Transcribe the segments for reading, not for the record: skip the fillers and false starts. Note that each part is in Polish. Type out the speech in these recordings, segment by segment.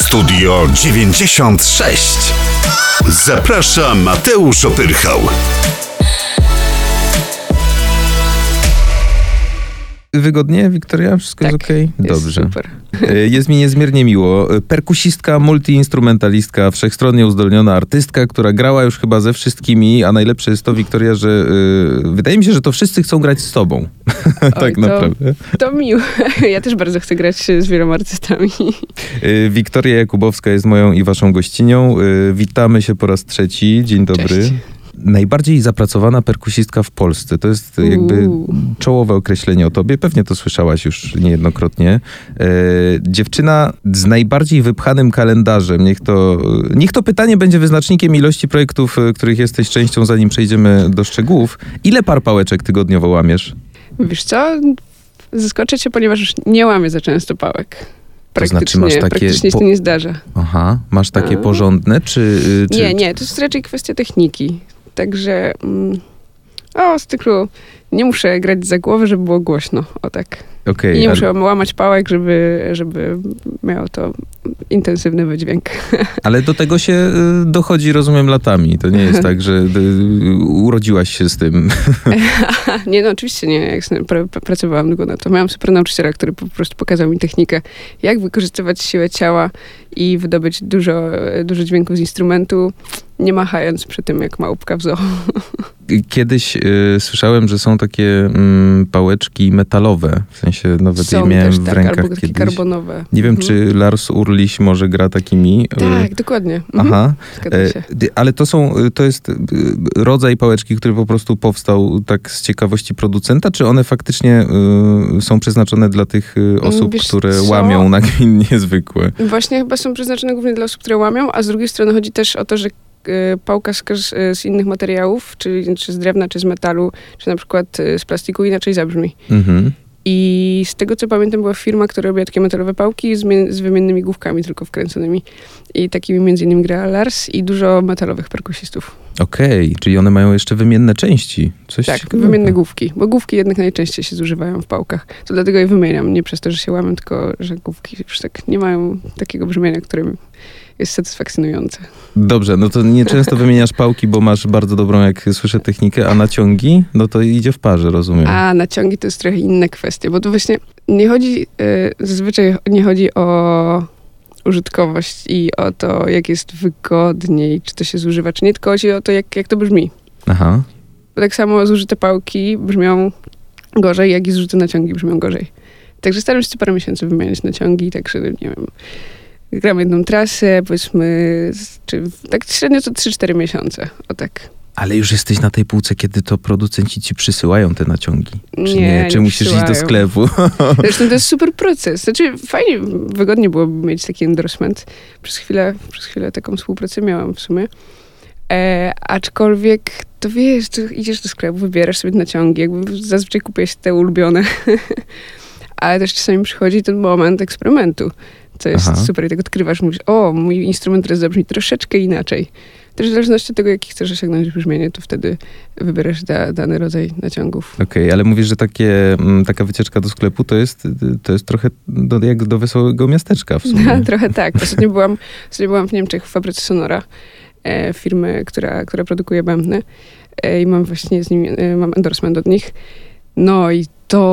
Studio 96. Zaprasza Mateusz Opyrchał. Wygodnie, Wiktoria? Wszystko tak, jest okej? Dobrze. Super. Jest mi niezmiernie miło. Perkusistka, multiinstrumentalistka, wszechstronnie uzdolniona artystka, która grała już chyba ze wszystkimi, a najlepsze jest to, Wiktoria, że wydaje mi się, że to wszyscy chcą grać z tobą. Tak naprawdę. To miłe. Ja też bardzo chcę grać z wieloma artystami. Wiktoria Jakubowska jest moją i waszą gościnią. Witamy się po raz trzeci. Dzień dobry. Cześć. Najbardziej zapracowana perkusistka w Polsce. To jest jakby czołowe określenie o tobie. Pewnie to słyszałaś już niejednokrotnie. Dziewczyna z najbardziej wypchanym kalendarzem. Niech to pytanie będzie wyznacznikiem ilości projektów, których jesteś częścią, zanim przejdziemy do szczegółów. Ile par pałeczek tygodniowo łamiesz? Wiesz co? Zaskoczę cię, ponieważ już nie łamię za często pałek. Praktycznie, masz takie praktycznie się to nie zdarza. Aha, masz takie porządne, czy... Nie, to jest raczej kwestia techniki. Także z cyklu nie muszę grać za głowę, żeby było głośno. O tak. Okay, I nie muszę łamać pałek, żeby miało to intensywny wydźwięk. Ale do tego się dochodzi, rozumiem, latami. To nie jest tak, że urodziłaś się z tym. Nie, no oczywiście nie. Jak pracowałam długo na to. Miałam super nauczyciela, który po prostu pokazał mi technikę, jak wykorzystywać siłę ciała i wydobyć dużo dźwięków z instrumentu, nie machając przy tym jak małpka w zoo. Kiedyś słyszałem, że są takie pałeczki metalowe. W sensie nawet je miałem w rękach albo kiedyś. karbonowe. Nie wiem, czy Lars Ulrich może gra takimi. Tak, dokładnie. Aha. Zgadza się. Ale to jest rodzaj pałeczki, który po prostu powstał tak z ciekawości producenta, czy one faktycznie są przeznaczone dla tych osób, które łamią nagminnie zwykłe? Właśnie chyba są przeznaczone głównie dla osób, które łamią, a z drugiej strony chodzi też o to, że pałka z innych materiałów, czy z drewna, czy z metalu, czy na przykład z plastiku inaczej zabrzmi. Mhm. I z tego, co pamiętam, była firma, która robiła takie metalowe pałki z wymiennymi główkami tylko wkręconymi. I takimi między innymi gra Lars i dużo metalowych perkusistów. Okej, czyli one mają jeszcze wymienne części. Coś tak, ciekawego. Wymienne główki, bo główki jednak najczęściej się zużywają w pałkach. To dlatego je wymieniam, nie przez to, że się łamią, tylko że główki już tak nie mają takiego brzmienia, które jest satysfakcjonujące. Dobrze, no to nieczęsto wymieniasz pałki, bo masz bardzo dobrą, jak słyszę, technikę, a naciągi, no to idzie w parze, rozumiem. A naciągi to jest trochę inna kwestia, bo to właśnie zazwyczaj nie chodzi o użytkowość i o to, jak jest wygodniej, czy to się zużywa, czy nie, tylko chodzi o to, jak to brzmi. Aha. Bo tak samo zużyte pałki brzmią gorzej, jak i zużyte naciągi brzmią gorzej. Także staram się co parę miesięcy wymieniać naciągi, także nie wiem, gram jedną trasę, powiedzmy, tak średnio co 3-4 miesiące, o tak. Ale już jesteś na tej półce, kiedy to producenci ci przysyłają te naciągi? Czy nie? Czy musisz iść do sklepu? Zresztą to jest super proces. Znaczy fajnie, wygodnie byłoby mieć taki endorsement. Przez chwilę taką współpracę miałam w sumie. Aczkolwiek, to wiesz, to idziesz do sklepu, wybierasz sobie naciągi, jakby zazwyczaj kupujesz te ulubione. Ale też czasami przychodzi ten moment eksperymentu. Co jest super i tak odkrywasz, mówisz, mój instrument teraz zabrzmi troszeczkę inaczej. Też w zależności od tego, jaki chcesz osiągnąć brzmienie, to wtedy wybierasz dany rodzaj naciągów. Okej, ale mówisz, że taka wycieczka do sklepu to jest trochę jak do wesołego miasteczka w sumie. Trochę tak. Ostatnio byłam w Niemczech w fabryce Sonora, firmy, która produkuje bębny i mam właśnie mam endorsement od nich. No i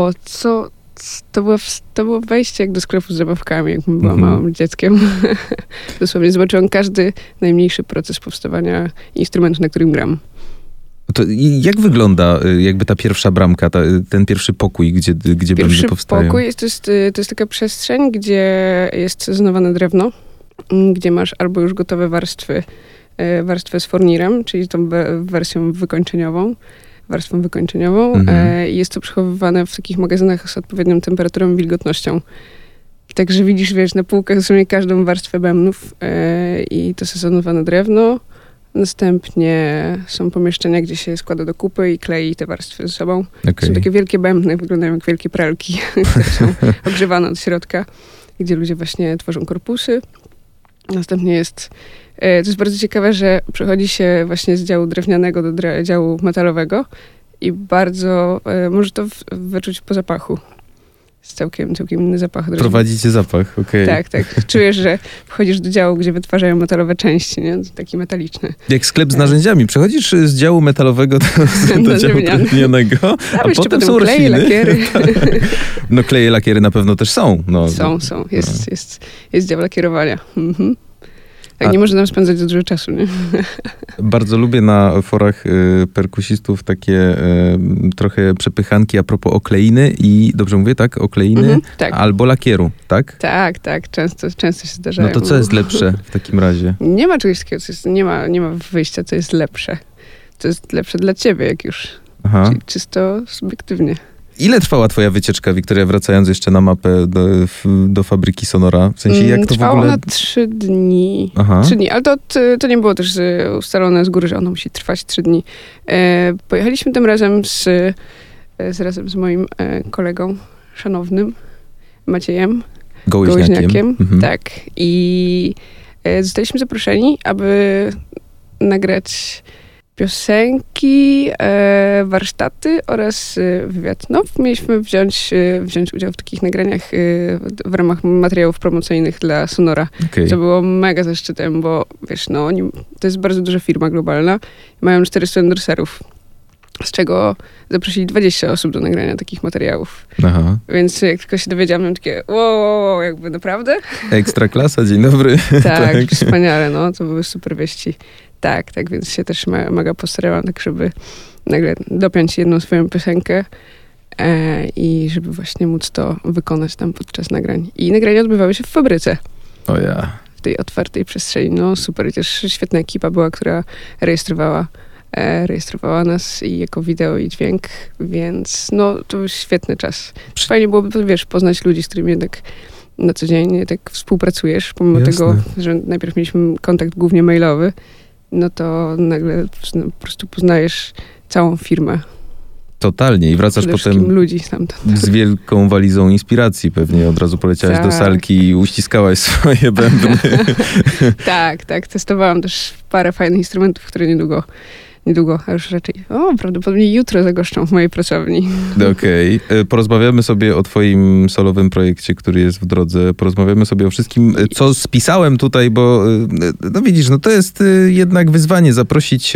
to było wejście jak do sklepu z zabawkami, jakbym była małym dzieckiem. Dosłownie zobaczyłam każdy najmniejszy proces powstawania instrumentu, na którym gram. To jak wygląda jakby ta pierwsza bramka, ten pierwszy pokój, gdzie bębny powstają? Pierwszy pokój to jest taka przestrzeń, gdzie jest sezonowane drewno, gdzie masz albo już gotowe warstwę z fornirem, czyli tą warstwą wykończeniową. Jest to przechowywane w takich magazynach z odpowiednią temperaturą i wilgotnością. Także widzisz, na półkach dosłownie każdą warstwę bębnów i to sezonowane drewno. Następnie są pomieszczenia, gdzie się składa do kupy i klei te warstwy ze sobą. Są takie wielkie bębny, wyglądają jak wielkie pralki, które są ogrzewane od środka, gdzie ludzie właśnie tworzą korpusy. Następnie to jest bardzo ciekawe, że przechodzi się właśnie z działu drewnianego do działu metalowego i bardzo może to wyczuć po zapachu. Jest całkiem inny zapach. Prowadzicie zapach, okej. Tak. Czujesz, że wchodzisz do działu, gdzie wytwarzają metalowe części, nie? Taki metaliczny. Jak sklep z narzędziami. Przechodzisz z działu metalowego do działu drewnianego, a potem są kleje, rośliny. lakiery. No kleje, lakiery na pewno też są. No. Są. Jest dział lakierowania. Mhm. Tak, nie można nam spędzać za dużo czasu, nie? Bardzo lubię na forach perkusistów takie trochę przepychanki a propos okleiny i, dobrze mówię, tak? Okleiny tak. Albo lakieru, tak? Tak. Często się zdarzają. No to co jest lepsze w takim razie? Nie ma czegoś takiego, nie ma wyjścia, co jest lepsze. To jest lepsze dla ciebie, jak już. Aha. Czyli czysto subiektywnie. Ile trwała twoja wycieczka, Wiktoria, wracając jeszcze na mapę do fabryki Sonora? W sensie, jak to trwało w ogóle... na 3 dni. Aha. 3 dni, ale to nie było też ustalone z góry, że ono musi trwać 3 dni. Pojechaliśmy tym razem razem z moim kolegą szanownym, Maciejem Gołyźniakiem. Mhm. Tak. I zostaliśmy zaproszeni, aby nagrać piosenki, warsztaty oraz wywiad. No, mieliśmy wziąć udział w takich nagraniach w ramach materiałów promocyjnych dla Sonora. Okay. To było mega zaszczytem, bo wiesz, no, to jest bardzo duża firma globalna. Mają 400 endorserów, z czego zaprosili 20 osób do nagrania takich materiałów. Aha. Więc jak tylko się dowiedziałam, miałam takie wow, jakby naprawdę? Ekstra klasa, dzień dobry. Tak, wspaniale, no, to były super wieści. Tak, więc się też mega postarałam, tak żeby nagle dopiąć jedną swoją piosenkę i żeby właśnie móc to wykonać tam podczas nagrań. I nagrania odbywały się w fabryce. O ja. W tej otwartej przestrzeni. No super, też świetna ekipa była, która rejestrowała nas i jako wideo i dźwięk, więc no to był świetny czas. Fajnie byłoby, wiesz, poznać ludzi, z którymi jednak na co dzień tak współpracujesz, pomimo tego, że najpierw mieliśmy kontakt głównie mailowy, no to nagle po prostu poznajesz całą firmę. Totalnie. I wracasz potem ludzi stamtąd. Z wielką walizą inspiracji pewnie. Od razu poleciałaś do salki i uściskałaś swoje bębny. Tak. Testowałam też parę fajnych instrumentów, które niedługo, a już raczej, prawdopodobnie jutro zagoszczą w mojej pracowni. Okej. Porozmawiamy sobie o twoim solowym projekcie, który jest w drodze. Porozmawiamy sobie o wszystkim, co spisałem tutaj, bo no widzisz, no to jest jednak wyzwanie zaprosić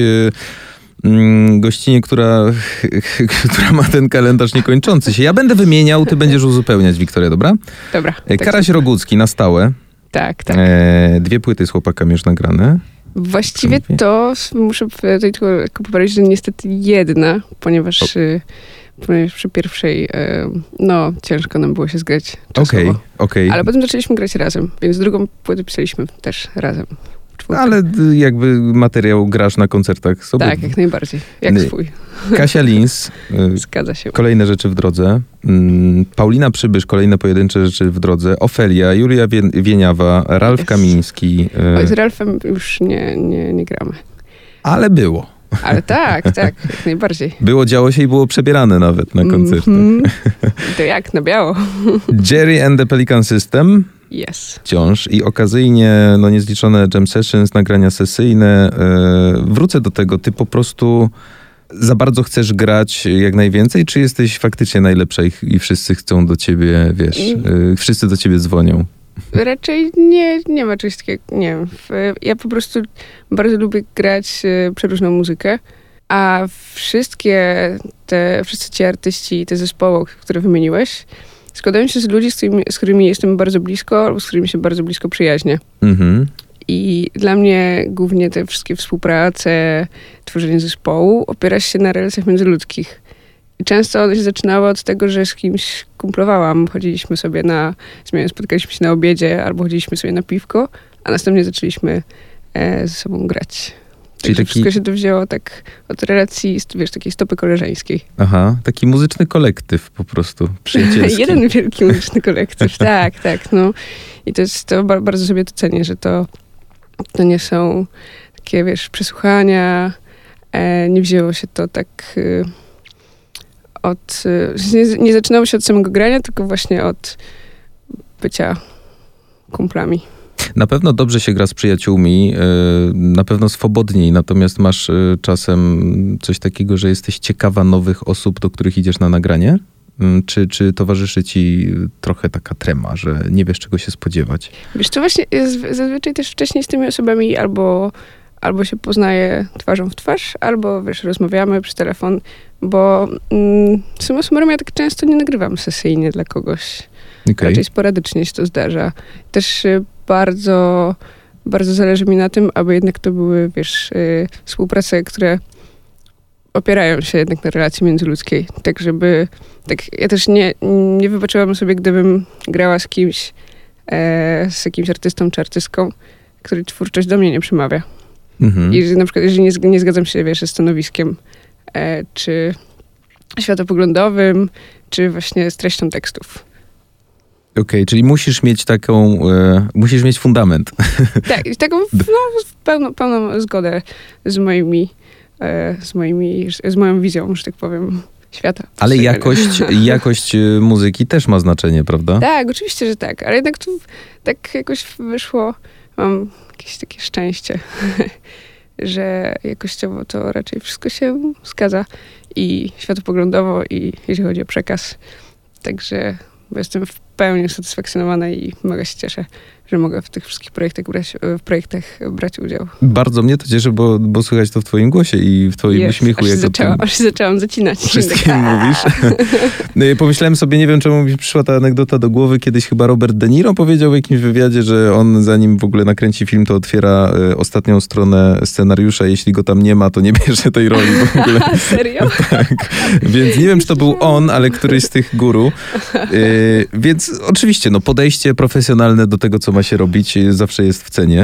gościnię, która ma ten kalendarz niekończący się. Ja będę wymieniał, ty będziesz uzupełniać, Wiktoria, dobra? Dobra. Karaś Rogucki na stałe. Tak. 2 płyty z chłopakami już nagrane. Właściwie to muszę tutaj tylko powiedzieć, że niestety jedna, ponieważ przy pierwszej ciężko nam było się zgrać czasowo. Okej. Ale potem zaczęliśmy grać razem, więc drugą płytę pisaliśmy też razem. Ale jakby materiał grasz na koncertach sobie. Tak, jak najbardziej. Jak swój. Kasia Lins. Zgadza się. Kolejne rzeczy w drodze. Paulina Przybysz, kolejne pojedyncze rzeczy w drodze. Ofelia, Julia Wieniawa, Ralf Kamiński. Z Ralfem już nie gramy. Ale było. Ale tak, jak najbardziej. Działo się i było przebierane nawet na koncertach. To jak, na biało. Jerry and the Pelican System. Yes. Wciąż i okazyjnie niezliczone jam sessions, nagrania sesyjne. Wrócę do tego. Ty po prostu za bardzo chcesz grać jak najwięcej, czy jesteś faktycznie najlepsza i wszyscy chcą do ciebie, wszyscy do ciebie dzwonią? Raczej nie ma czegoś takiego, nie wiem. Ja po prostu bardzo lubię grać przeróżną muzykę, a wszyscy ci artyści, te zespoły, które wymieniłeś, składają się z ludzi, z którymi jestem bardzo blisko, albo z którymi się bardzo blisko przyjaźnię. Mhm. I dla mnie głównie te wszystkie współprace, tworzenie zespołu opiera się na relacjach międzyludzkich. I często one się zaczynały od tego, że z kimś kumplowałam. Spotkaliśmy się na obiedzie, albo chodziliśmy sobie na piwko, a następnie zaczęliśmy ze sobą grać. Czyli wszystko się to wzięło tak od relacji, takiej stopy koleżeńskiej. Aha, taki muzyczny kolektyw po prostu, przyjacielski. Jeden wielki muzyczny kolektyw, tak. No. I to bardzo sobie to cenię, że to nie są takie, przesłuchania. Nie wzięło się to tak nie zaczynało się od samego grania, tylko właśnie od bycia kumplami. Na pewno dobrze się gra z przyjaciółmi, na pewno swobodniej, natomiast masz czasem coś takiego, że jesteś ciekawa nowych osób, do których idziesz na nagranie? Czy towarzyszy ci trochę taka trema, że nie wiesz, czego się spodziewać? Wiesz, to właśnie jest zazwyczaj też wcześniej z tymi osobami albo się poznaje twarzą w twarz, albo wiesz, rozmawiamy przez telefon, bo summa summarum ja tak często nie nagrywam sesyjnie dla kogoś. Okay. Raczej sporadycznie się to zdarza. Też bardzo, bardzo zależy mi na tym, aby jednak to były, wiesz, współprace, które opierają się jednak na relacji międzyludzkiej. Tak, żeby... ja też nie wybaczyłabym sobie, gdybym grała z kimś, z jakimś artystą czy artystką, który twórczość do mnie nie przemawia. Mhm. I że na przykład, jeżeli nie zgadzam się, wiesz, ze stanowiskiem, czy światopoglądowym, czy właśnie z treścią tekstów. Okej, czyli musisz mieć musisz mieć fundament. Tak, i taką pełną zgodę z moją wizją, że tak powiem, świata. Ale jakość muzyki też ma znaczenie, prawda? Tak, oczywiście, że tak. Ale jednak tu tak jakoś wyszło, mam jakieś takie szczęście, że jakościowo to raczej wszystko się zgadza i światopoglądowo, i jeśli chodzi o przekaz. Także jestem w pełni usatysfakcjonowana i mega się cieszę, że mogę w tych wszystkich projektach brać udział. Bardzo mnie to cieszy, bo słychać to w twoim głosie i w twoim uśmiechu. Aż się zaczęłam zacinać. Wszystkim mówisz. Pomyślałem sobie, nie wiem czemu mi przyszła ta anegdota do głowy, kiedyś chyba Robert De Niro powiedział w jakimś wywiadzie, że on zanim w ogóle nakręci film, to otwiera ostatnią stronę scenariusza, jeśli go tam nie ma, to nie bierze tej roli w ogóle. Serio? Tak. Więc nie wiem, czy to był on, ale któryś z tych guru. Więc oczywiście, podejście profesjonalne do tego, co ma się robić, zawsze jest w cenie.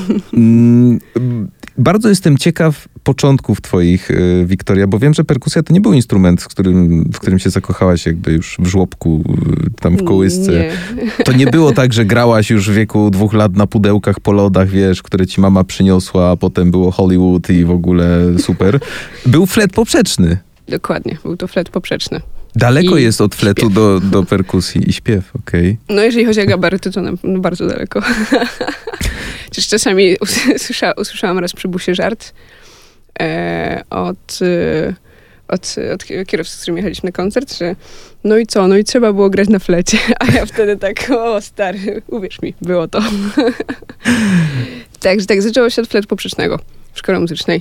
Bardzo jestem ciekaw początków twoich, Wiktoria, bo wiem, że perkusja to nie był instrument, w którym się zakochałaś jakby już w żłobku, tam w kołysce. Nie. To nie było tak, że grałaś już w wieku 2 lat na pudełkach po lodach, wiesz, które ci mama przyniosła, a potem było Hollywood i w ogóle super. Był flet poprzeczny. Dokładnie, był to flet poprzeczny. Daleko jest od fletu do perkusji i śpiew, okej. No jeżeli chodzi o gabaryty, to bardzo daleko. Chociaż czasami usłyszałam raz przy busie żart od kierowcy, z którym jechaliśmy na koncert, że no i co, i trzeba było grać na flecie. A ja wtedy tak, o stary, uwierz mi, było to. Także tak, zaczęło się od fletu poprzecznego w szkole muzycznej.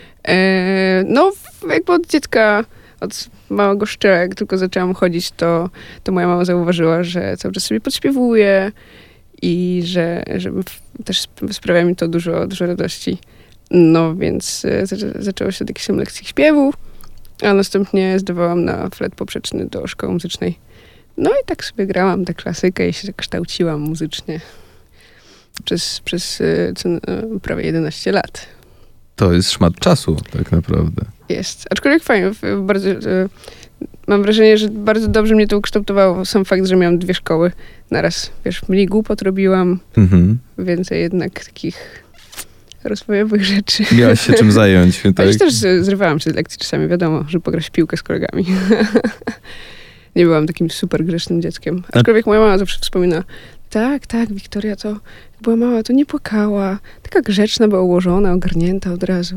Jakby od dziecka, od małego szczera, jak tylko zaczęłam chodzić, to moja mama zauważyła, że cały czas sobie podśpiewuję i że też sprawia mi to dużo radości. No więc zaczęło się od jakichś tam lekcji śpiewu, a następnie zdawałam na flet poprzeczny do szkoły muzycznej. No i tak sobie grałam tę klasykę i się kształciłam muzycznie przez prawie 11 lat. To jest szmat czasu, tak naprawdę. Jest. Aczkolwiek fajnie. Bardzo, mam wrażenie, że bardzo dobrze mnie to ukształtowało. Sam fakt, że miałam 2 szkoły naraz. Wiesz, mniej głupot robiłam. Więcej jednak takich rozwojowych rzeczy. Miałaś się czym zająć. Tak? Ale też zrywałam się z lekcji czasami. Wiadomo, że pograć w piłkę z kolegami. Nie byłam takim super grzecznym dzieckiem. Aczkolwiek moja mama zawsze wspomina, tak, Wiktoria to była mała, to nie płakała. Taka grzeczna, była ułożona, ogarnięta od razu.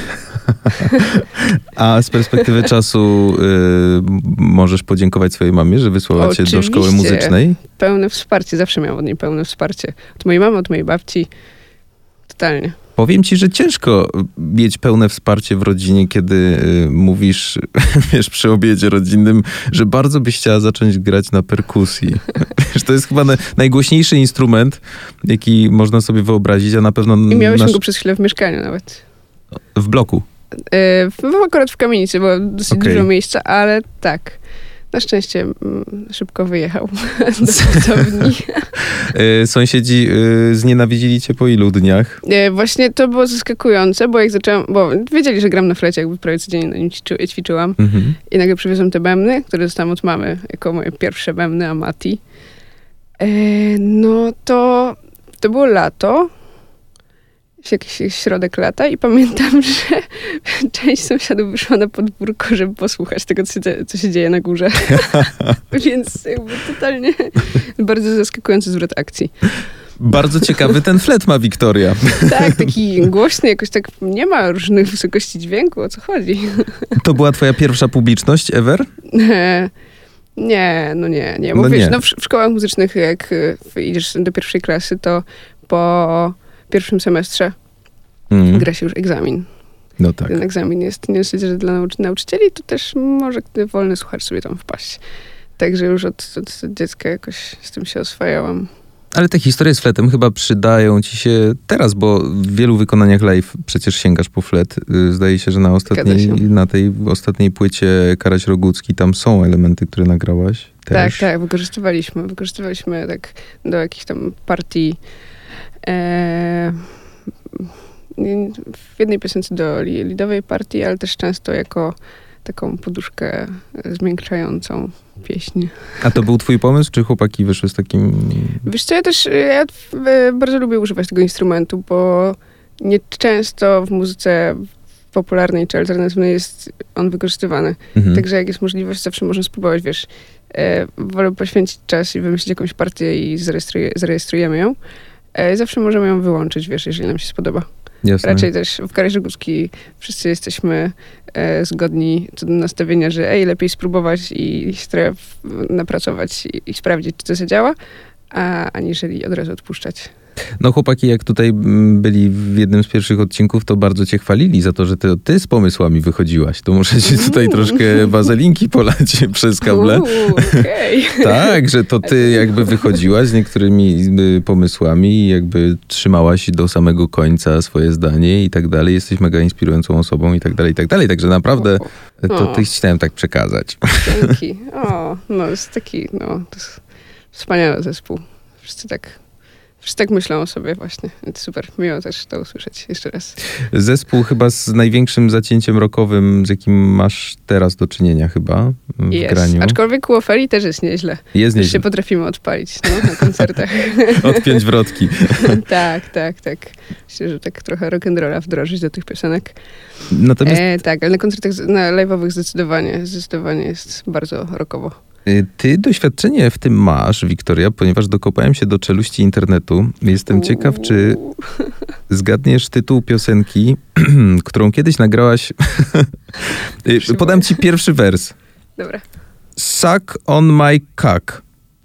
A z perspektywy czasu możesz podziękować swojej mamie, że wysłała cię do szkoły muzycznej? Pełne wsparcie, zawsze miałam od niej pełne wsparcie. Od mojej mamy, od mojej babci. Totalnie. Powiem ci, że ciężko mieć pełne wsparcie w rodzinie, kiedy mówisz, wiesz, przy obiedzie rodzinnym, że bardzo byś chciała zacząć grać na perkusji. Wiesz, to jest chyba najgłośniejszy instrument, jaki można sobie wyobrazić, a na pewno... I miałyśmy go przez chwilę w mieszkaniu nawet. W bloku? Akurat w kamienicy, było dosyć dużo miejsca, ale tak. Na szczęście szybko wyjechał do pracowni. Sąsiedzi znienawidzili cię po ilu dniach? Właśnie to było zaskakujące, bo jak zaczęłam, bo wiedzieli, że gram na flecie, jakby prawie codziennie na nim ćwiczyłam. I nagle przywiozłam te bębny, które dostałam od mamy, jako moje pierwsze bębny Amati. No to było lato, jakiś środek lata i pamiętam, że część sąsiadów wyszła na podwórko, żeby posłuchać tego, co się dzieje na górze. Więc jakby totalnie bardzo zaskakujący zwrot akcji. Bardzo ciekawy ten flet ma Wiktoria. Tak, taki głośny, jakoś tak nie ma różnych wysokości dźwięku, o co chodzi. To była twoja pierwsza publiczność ever? Nie. Bo No wiesz, nie. w szkołach muzycznych, jak idziesz do pierwszej klasy, to po pierwszym semestrze gra się już egzamin. No tak. Ten egzamin jest niestety, że dla nauczycieli to też może wolny słuchacz sobie tam wpaść. Także już od dziecka jakoś z tym się oswajałam. Ale te historie z fletem chyba przydają ci się teraz, bo w wielu wykonaniach live przecież sięgasz po flet. Zdaje się, że na tej ostatniej płycie Karaś Rogucki tam są elementy, które nagrałaś też. Tak, wykorzystywaliśmy tak do jakichś tam partii. W jednej piosence do lidowej partii, ale też często jako taką poduszkę zmiękczającą pieśń. A to był twój pomysł, czy chłopaki wyszły z takim... Wiesz co, ja bardzo lubię używać tego instrumentu, bo nie często w muzyce popularnej czy alternatywnej jest on wykorzystywany. Także jak jest możliwość, zawsze można spróbować, wiesz. Wolę poświęcić czas i wymyślić jakąś partię i zarejestrujemy ją. Zawsze możemy ją wyłączyć, wiesz, jeżeli nam się spodoba. Jasne. Raczej też w Karaś Rogucki wszyscy jesteśmy zgodni co do nastawienia, że lepiej spróbować i się trochę napracować i sprawdzić, czy to zadziała, aniżeli od razu odpuszczać. No chłopaki, jak tutaj byli w jednym z pierwszych odcinków, to bardzo cię chwalili za to, że ty z pomysłami wychodziłaś. To muszę ci tutaj troszkę wazelinki polać przez kable. Okay. Tak, że to ty jakby wychodziłaś z niektórymi pomysłami i jakby trzymałaś do samego końca swoje zdanie i tak dalej. Jesteś mega inspirującą osobą i tak dalej, i tak dalej. Także naprawdę to ty chciałem tak przekazać. Dzięki. To jest taki, to jest wspaniały zespół. Wszyscy tak myślą o sobie właśnie. Super, miło też to usłyszeć jeszcze raz. Zespół chyba z największym zacięciem rockowym, z jakim masz teraz do czynienia chyba w graniu. Aczkolwiek u Ofeli też jest nieźle. Jest nieźle. się potrafimy odpalić na koncertach. Odpiąć wrotki. Tak. Myślę, że tak trochę rock'n'rolla wdrożyć do tych piosenek. Natomiast... Tak, ale na koncertach, na live'owych zdecydowanie jest bardzo rockowo. Ty doświadczenie w tym masz, Wiktoria, ponieważ dokopałem się do czeluści internetu. Jestem ciekaw, czy zgadniesz tytuł piosenki, którą kiedyś nagrałaś. Podam ci pierwszy wers. Dobra. Suck on my cock.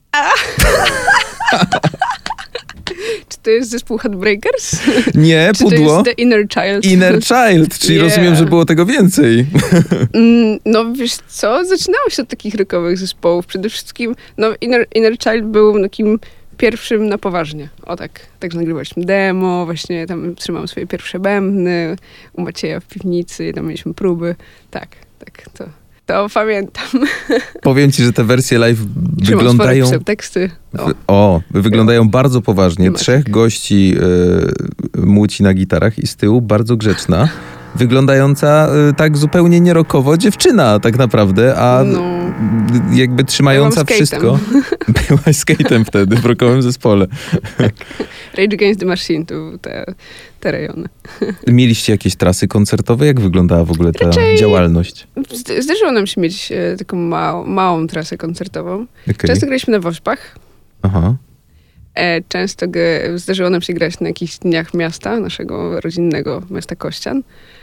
Czy to jest zespół Heartbreakers? Nie, Czy pudło. to jest The Inner Child? Inner Child, czyli rozumiem, że było tego więcej. No wiesz co, zaczynało się od takich rockowych zespołów. Przede wszystkim, Inner Child był takim pierwszym na poważnie. Także nagrywaliśmy demo, właśnie tam trzymam swoje pierwsze bębny, u Macieja w piwnicy, tam mieliśmy próby. Tak, to pamiętam. Powiem ci, że te wersje live wyglądają... teksty. Wyglądają bardzo poważnie. No, 3 gości młóci na gitarach i z tyłu bardzo grzeczna. Wyglądająca tak zupełnie nierokowo dziewczyna tak naprawdę, a jakby trzymająca wszystko. Byłaś skatem wtedy w rockowym zespole. Tak. Rage Against the Machine, to były te rejony. Mieliście jakieś trasy koncertowe? Jak wyglądała w ogóle ta działalność? Zdarzyło nam się mieć taką małą trasę koncertową. Okay. Często graliśmy na Wośpach. Aha. Często zdarzyło nam się grać na jakichś dniach miasta, naszego rodzinnego miasta Kościan.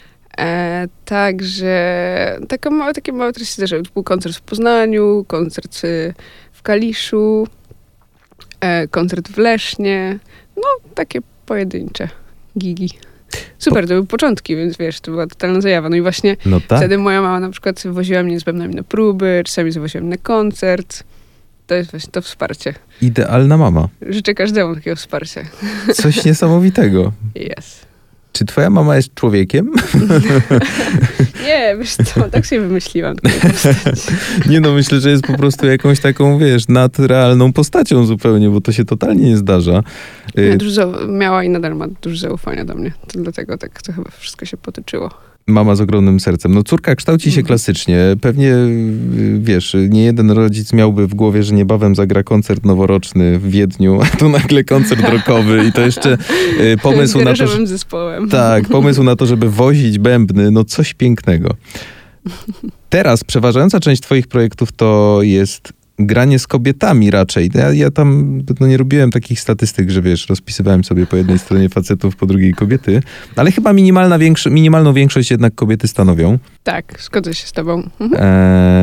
Także takie małe trasy zdarzyły. Był koncert w Poznaniu, koncert w Kaliszu, koncert w Lesznie. Takie pojedyncze gigi. Super, to były początki, więc wiesz, to była totalna zajawa. No i właśnie wtedy moja mama na przykład woziła mnie z bębnami na próby, czasami zawoziła mnie na koncert. To jest właśnie to wsparcie. Idealna mama. Życzę każdemu takiego wsparcia. Coś niesamowitego. Yes. Czy twoja mama jest człowiekiem? Nie, wiesz co, tak sobie wymyśliłam. Nie myślę, że jest po prostu jakąś taką, nadrealną postacią zupełnie, bo to się totalnie nie zdarza. Miała i nadal ma dużo zaufania do mnie. To dlatego tak to chyba wszystko się potoczyło. Mama z ogromnym sercem. Córka kształci się klasycznie. Pewnie, nie jeden rodzic miałby w głowie, że niebawem zagra koncert noworoczny w Wiedniu, a tu nagle koncert rockowy i to jeszcze pomysł na to, że... zespołem. Tak, pomysł na to, żeby wozić bębny. Coś pięknego. Teraz przeważająca część twoich projektów to jest granie z kobietami raczej. Ja tam nie robiłem takich statystyk, że rozpisywałem sobie po jednej stronie facetów, po drugiej kobiety, ale chyba minimalną większość jednak kobiety stanowią. Tak, zgodzę się z tobą.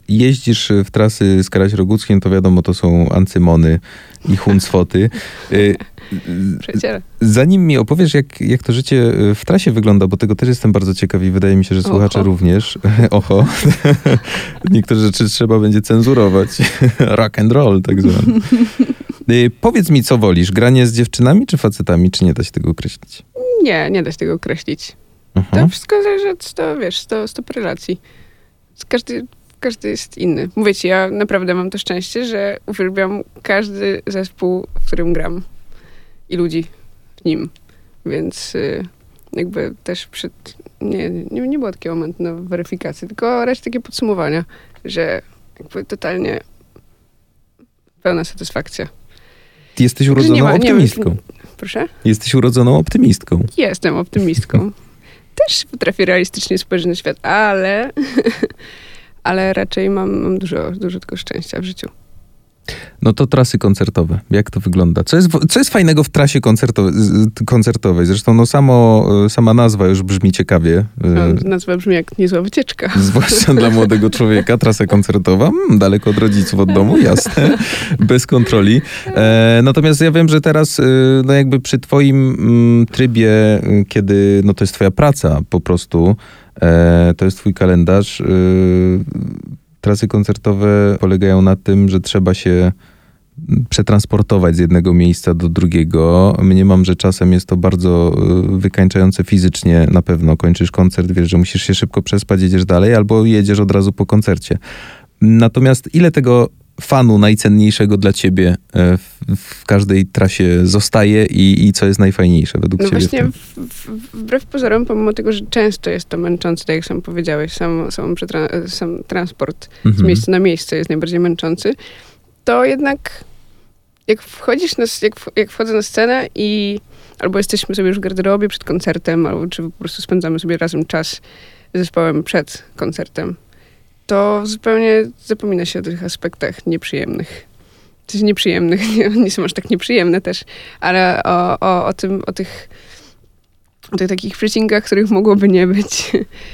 jeździsz w trasy z Karaś-Roguckiem, to wiadomo, to są Ancymony i Huncwoty. Przecież. Zanim mi opowiesz, jak to życie w trasie wygląda, bo tego też jestem bardzo ciekaw i wydaje mi się, że słuchacze również. Oho. Niektóre rzeczy trzeba będzie cenzurować. Rock and roll, tak zwany. Powiedz mi, co wolisz? Granie z dziewczynami czy facetami? Czy nie da się tego określić? Nie da się tego określić. To wszystko zależy od, stop relacji. Każdy jest inny. Mówię ci, ja naprawdę mam to szczęście, że uwielbiam każdy zespół, w którym gram. I ludzi w nim. Więc jakby też nie było takiego momentu na weryfikację, tylko raczej takie podsumowania, że jakby totalnie pełna satysfakcja. Ty jesteś urodzoną optymistką. Proszę? Jesteś urodzoną optymistką. Jestem optymistką. Też potrafię realistycznie spojrzeć na świat, ale raczej mam dużo tego szczęścia w życiu. No to trasy koncertowe. Jak to wygląda? Co jest fajnego w trasie koncertowej? Zresztą sama nazwa już brzmi ciekawie. Nazwa brzmi jak niezła wycieczka. Zwłaszcza dla młodego człowieka. Trasa koncertowa. Daleko od rodziców, od domu, jasne. Bez kontroli. Natomiast ja wiem, że teraz no jakby przy twoim trybie, kiedy no to jest twoja praca po prostu, to jest twój kalendarz. Trasy koncertowe polegają na tym, że trzeba się przetransportować z jednego miejsca do drugiego. Mniemam, że czasem jest to bardzo wykańczające fizycznie. Na pewno kończysz koncert, wiesz, że musisz się szybko przespać, jedziesz dalej, albo jedziesz od razu po koncercie. Natomiast ile tego fanu najcenniejszego dla ciebie w każdej trasie zostaje i co jest najfajniejsze według ciebie? Właśnie wbrew pozorom, pomimo tego, że często jest to męczące, tak jak sam powiedziałeś, sam transport z miejsca na miejsce jest najbardziej męczący, to jednak jak wchodzę na scenę i albo jesteśmy sobie już w garderobie przed koncertem, albo czy po prostu spędzamy sobie razem czas z zespołem przed koncertem, to zupełnie zapomina się o tych aspektach nieprzyjemnych. Coś nieprzyjemnych, nie są aż tak nieprzyjemne też, ale o tych takich przecinkach, których mogłoby nie być.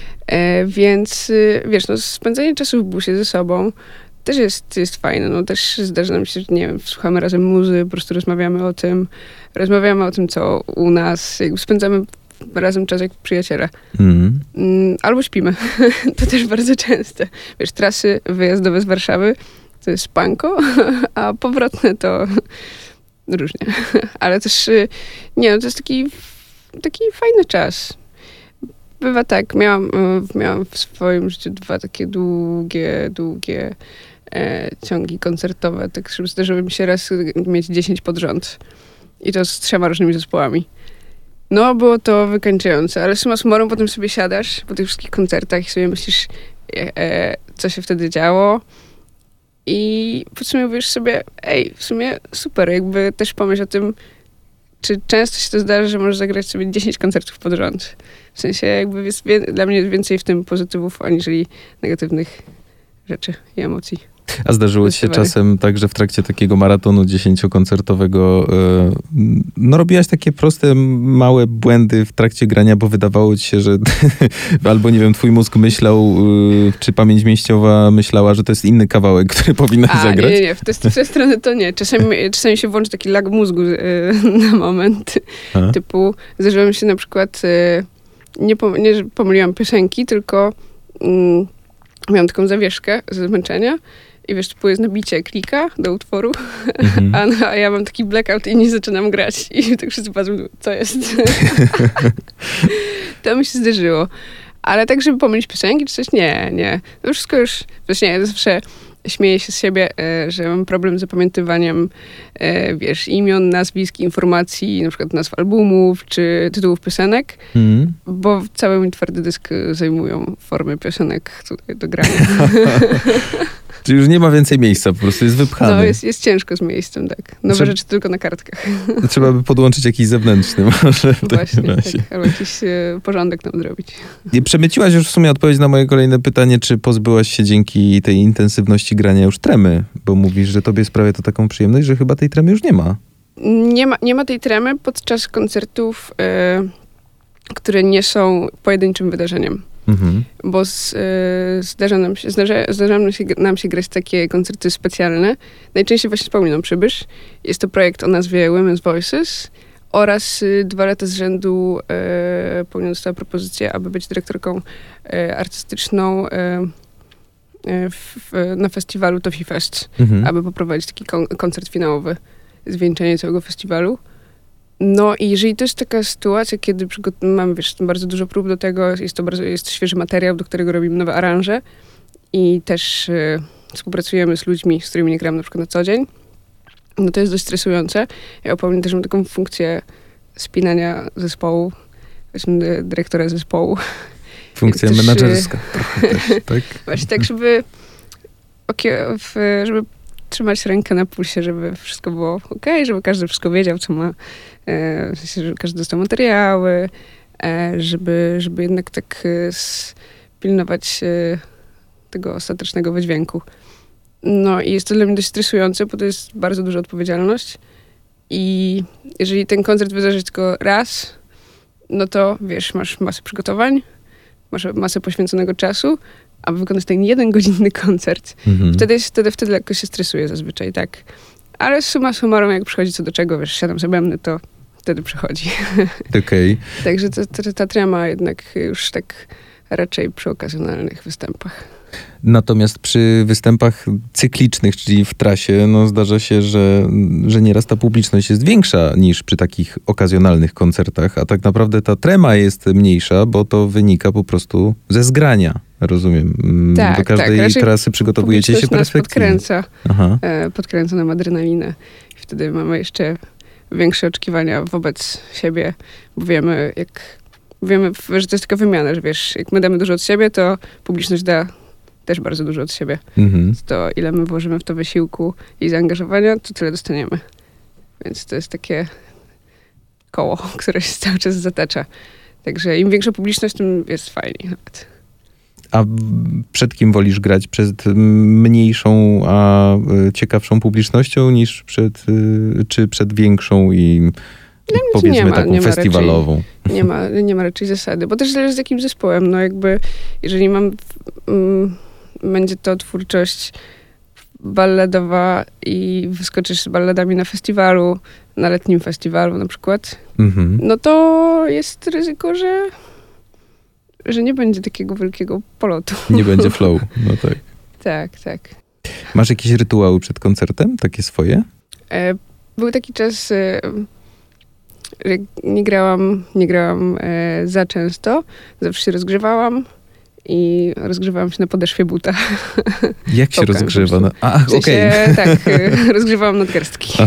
Więc wiesz, no spędzanie czasu w busie ze sobą też jest fajne. No też zdarza nam się, że nie wiem, słuchamy razem muzy, po prostu rozmawiamy o tym, co u nas, jakby spędzamy razem czas jak przyjaciele. Albo śpimy. To też bardzo częste. Wiesz, trasy wyjazdowe z Warszawy to jest spanko, a powrotne to różnie. Ale też, to jest taki fajny czas. Bywa tak, miałam w swoim życiu 2 takie długie ciągi koncertowe, tak żeby zdarzyło mi się raz mieć 10 pod rząd. I to z 3 różnymi zespołami. No, było to wykańczające, ale summa summarum potem sobie siadasz po tych wszystkich koncertach i sobie myślisz, co się wtedy działo i podsumowujesz sobie, w sumie super, jakby też pomyśl o tym, czy często się to zdarza, że możesz zagrać sobie 10 koncertów pod rząd. W sensie jakby jest dla mnie więcej w tym pozytywów, aniżeli negatywnych rzeczy i emocji. A zdarzyło ci się czasem tak, że w trakcie takiego maratonu 10-koncertowego no robiłaś takie proste, małe błędy w trakcie grania, bo wydawało ci się, że albo nie wiem, twój mózg myślał, czy pamięć mięśniowa myślała, że to jest inny kawałek, który powinnaś zagrać? Nie, w tę stronę to nie. Czasami się włączy taki lag mózgu na moment. Typu, zdarzyło mi się na przykład, nie że pomyliłam piosenki, tylko miałam taką zawieszkę ze zmęczenia. I wiesz, typu jest nabicie klika do utworu, a ja mam taki blackout i nie zaczynam grać. I tak wszyscy patrzą, co jest. To mi się zdarzyło. Ale tak, żeby pomylić piosenki czy coś, nie. To wszystko już, właśnie ja zawsze śmieję się z siebie, że mam problem z zapamiętywaniem, wiesz, imion, nazwisk, informacji, na przykład nazw albumów, czy tytułów piosenek, bo cały mój twardy dysk zajmują formy piosenek tutaj do grania. Czyli już nie ma więcej miejsca, po prostu jest wypchany. No, jest ciężko z miejscem, tak. Nowe rzeczy tylko na kartkach. Trzeba by podłączyć jakiś zewnętrzny może. Właśnie, tak. Albo jakiś porządek tam zrobić. Przemyciłaś już w sumie odpowiedź na moje kolejne pytanie, czy pozbyłaś się dzięki tej intensywności grania już tremy? Bo mówisz, że tobie sprawia to taką przyjemność, że chyba tej tremy już nie ma. Nie ma tej tremy podczas koncertów, które nie są pojedynczym wydarzeniem. Bo zdarza nam się grać takie koncerty specjalne. Najczęściej właśnie z Pauliną Przybysz. Jest to projekt o nazwie Women's Voices oraz 2 lata z rzędu Paulina dostała propozycję, aby być dyrektorką artystyczną na festiwalu Toffee Fest, aby poprowadzić taki koncert finałowy, zwieńczenie całego festiwalu. No i jeżeli to jest taka sytuacja, kiedy mamy, bardzo dużo prób do tego, jest świeży materiał, do którego robimy nowe aranże i też współpracujemy z ludźmi, z którymi nie gram na przykład na co dzień, no to jest dość stresujące. Ja opowiem też mam taką funkcję spinania zespołu, właśnie dyrektora zespołu. Funkcja też, menadżerska trochę też, tak? Właśnie tak, żeby trzymać rękę na pulsie, żeby wszystko było okej, żeby każdy wszystko wiedział, co ma, w sensie, żeby każdy dostał materiały, żeby jednak tak pilnować tego ostatecznego wydźwięku. No i jest to dla mnie dość stresujące, bo to jest bardzo duża odpowiedzialność i jeżeli ten koncert wydarzy tylko raz, no to wiesz, masz masę przygotowań, masz masę poświęconego czasu, aby wykonać ten 1-godzinny koncert. Wtedy lekko się stresuje zazwyczaj, tak. Ale summa summarum, jak przychodzi co do czego, wiesz, siadam sobie bębny, to wtedy przychodzi. Okej. Także ta trema jednak już tak raczej przy okazjonalnych występach. Natomiast przy występach cyklicznych, czyli w trasie, no zdarza się, że nieraz ta publiczność jest większa niż przy takich okazjonalnych koncertach, a tak naprawdę ta trema jest mniejsza, bo to wynika po prostu ze zgrania, rozumiem. Tak, do każdej tak. trasy przygotowujecie się perfekcyjnie. Podkręca nam adrenalinę. I wtedy mamy jeszcze większe oczekiwania wobec siebie, bo wiemy, że to jest taka wymiana, że wiesz, jak my damy dużo od siebie, to publiczność da też bardzo dużo od siebie. To ile my włożymy w to wysiłku i zaangażowania, to tyle dostaniemy. Więc to jest takie koło, które się cały czas zatacza. Także im większa publiczność, tym jest fajniej nawet. A przed kim wolisz grać? Przed mniejszą, a ciekawszą publicznością niż przed większą i powiedzmy taką festiwalową? Nie ma raczej zasady, bo też zależy z jakim zespołem. No jakby, jeżeli będzie to twórczość balladowa i wyskoczysz z balladami na festiwalu, na letnim festiwalu na przykład, no to jest ryzyko, że nie będzie takiego wielkiego polotu. Nie będzie flow, no tak. Tak. Masz jakieś rytuały przed koncertem? Takie swoje? Był taki czas, że nie grałam za często. Zawsze się rozgrzewałam i rozgrzewałam się na podeszwie buta. Jak się rozgrzewa? Okej. Tak, rozgrzewałam nadgarstki.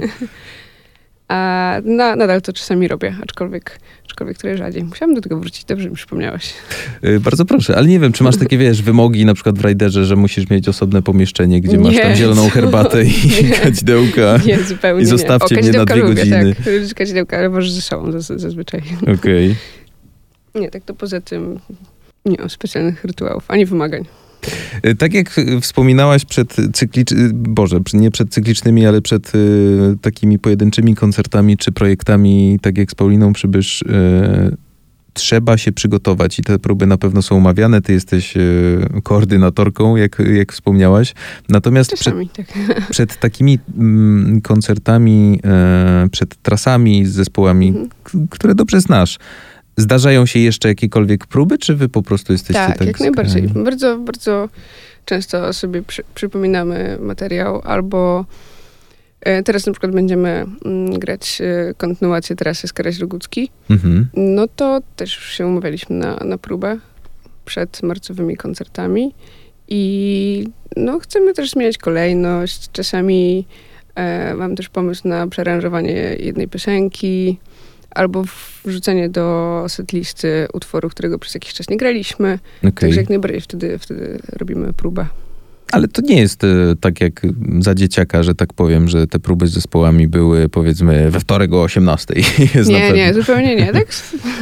A nadal to czasami robię, aczkolwiek trochę rzadziej. Musiałam do tego wrócić, dobrze mi przypomniałaś. Bardzo proszę, ale nie wiem, czy masz takie, wymogi na przykład w Rajderze, że musisz mieć osobne pomieszczenie, gdzie masz tam zieloną herbatę i kadzidełka. Nie, zupełnie i zostawcie mnie na 2 godziny. Tak, kadzidełka, ale możesz ze sobą zazwyczaj. Okej. Nie, tak to poza tym nie mam specjalnych rytuałów, ani wymagań. Tak jak wspominałaś nie przed cyklicznymi, ale przed takimi pojedynczymi koncertami czy projektami, tak jak z Pauliną Przybysz, trzeba się przygotować i te próby na pewno są omawiane. Ty jesteś koordynatorką, jak wspomniałaś. Natomiast przed takimi koncertami, przed trasami z zespołami, które dobrze znasz, zdarzają się jeszcze jakiekolwiek próby, czy wy po prostu jesteście tak jak najbardziej. Bardzo, bardzo często sobie przypominamy materiał, albo teraz na przykład będziemy grać kontynuację trasy z Karaś-Rogucki. No to też już się umawialiśmy na próbę przed marcowymi koncertami i chcemy też zmieniać kolejność. Czasami mam też pomysł na przearanżowanie jednej piosenki, albo wrzucenie do setlisty utworu, którego przez jakiś czas nie graliśmy. Także jak najbardziej wtedy robimy próbę. Ale to nie jest tak jak za dzieciaka, że tak powiem, że te próby z zespołami były powiedzmy we wtorek o 18:00. Nie, zupełnie nie. Tak?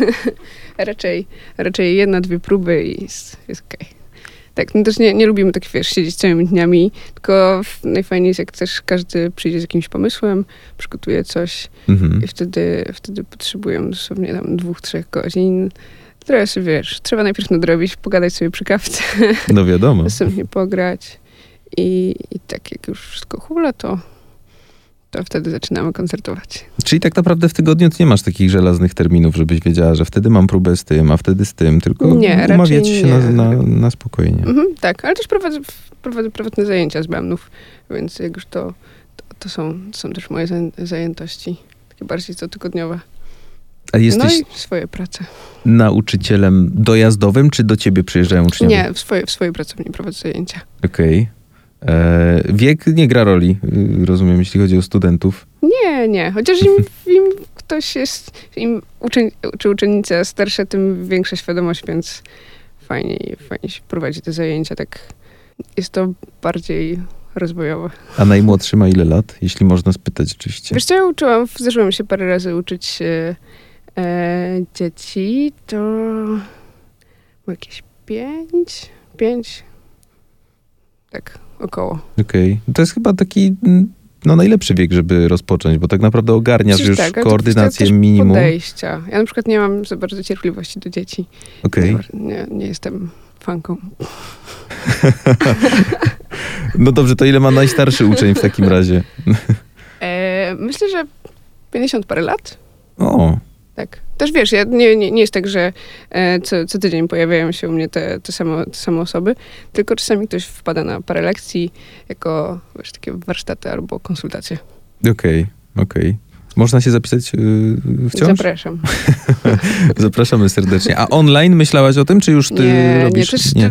raczej 1-2 próby i jest okej. Tak, też nie lubimy tak, siedzieć całymi dniami, tylko najfajniej jest, jak też każdy przyjdzie z jakimś pomysłem, przygotuje coś i wtedy potrzebują dosłownie tam 2-3 godzin Trochę sobie, wiesz, trzeba najpierw nadrobić, pogadać sobie przy kawce, No wiadomo. następnie pograć i tak jak już wszystko hula, to wtedy zaczynamy koncertować. Czyli tak naprawdę w tygodniu ty nie masz takich żelaznych terminów, żebyś wiedziała, że wtedy mam próbę z tym, a wtedy z tym, tylko Nie, raczej umawiacie się nie. na spokojnie. Tak, ale też prowadzę prywatne zajęcia z bębnów, więc jak już to są też moje zajętości, takie bardziej cotygodniowe. A jesteś No i swoje prace. nauczycielem dojazdowym, czy do ciebie przyjeżdżają uczniowie? Nie, w swojej pracowni prowadzę zajęcia. Okej. Wiek nie gra roli, rozumiem, jeśli chodzi o studentów. Nie. Chociaż im ktoś jest, im uczeń czy uczennica starsza, tym większa świadomość, więc fajnie się prowadzi te zajęcia. Tak jest to bardziej rozwojowe. A najmłodszy ma ile lat? Jeśli można spytać oczywiście. Wiesz co, ja zdarzyło mi się parę razy uczyć dzieci, to jakieś 5, tak, około. Okej. To jest chyba taki najlepszy wiek, żeby rozpocząć, bo tak naprawdę ogarniasz Przecież już tak, ale to koordynację też minimum. podejścia. Ja na przykład nie mam za bardzo cierpliwości do dzieci. Okej. Nie jestem fanką. No dobrze, to ile ma najstarszy uczeń w takim razie? Myślę, że 50 parę lat. O, Tak. Też wiesz, ja nie jest tak, że co tydzień pojawiają się u mnie te same osoby, tylko czasami ktoś wpada na parę lekcji jako, wiesz, takie warsztaty albo konsultacje. okej. Można się zapisać wciąż? Zapraszam. Zapraszamy serdecznie. A online myślałaś o tym, czy już ty robisz?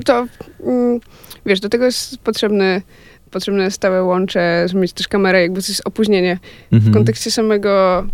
Wiesz, do tego jest potrzebne stałe łącze, żeby mieć też kamerę, jakby to jest opóźnienie. W kontekście samego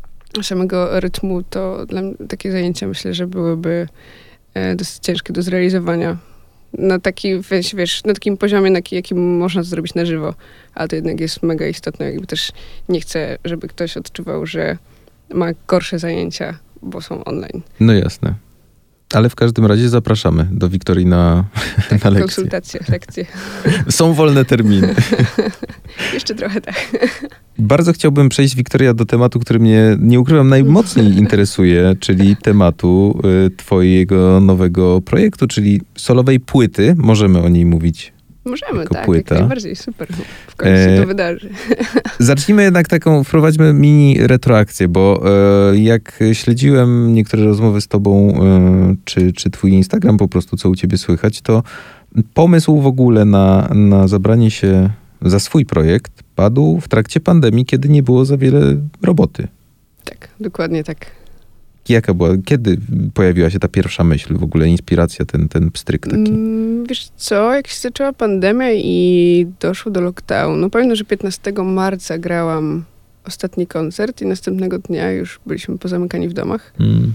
rytmu, to dla mnie takie zajęcia myślę, że byłyby dosyć ciężkie do zrealizowania. Na takim poziomie, jakim można to zrobić na żywo. Ale to jednak jest mega istotne. Jakby też nie chcę, żeby ktoś odczuwał, że ma gorsze zajęcia, bo są online. No jasne. Ale w każdym razie zapraszamy do Wiktorii na lekcje. Konsultacje, lekcje. Są wolne terminy. Jeszcze trochę tak. Bardzo chciałbym przejść, Wiktoria, do tematu, który mnie, nie ukrywam, najmocniej interesuje, czyli tematu twojego nowego projektu, czyli solowej płyty. Możemy o niej mówić. Możemy, jako tak, płyta. jak najbardziej, super. W końcu się to wydarzy. Zacznijmy jednak wprowadźmy mini retroakcję, bo jak śledziłem niektóre rozmowy z tobą, czy twój Instagram po prostu, co u ciebie słychać, to pomysł w ogóle na zabranie się za swój projekt padł w trakcie pandemii, kiedy nie było za wiele roboty. Tak, dokładnie tak. Jaka była, kiedy pojawiła się ta pierwsza myśl, w ogóle inspiracja, ten pstryk taki? Wiesz co, jak się zaczęła pandemia i doszło do lockdownu, pamiętam, że 15 marca grałam ostatni koncert i następnego dnia już byliśmy pozamykani w domach,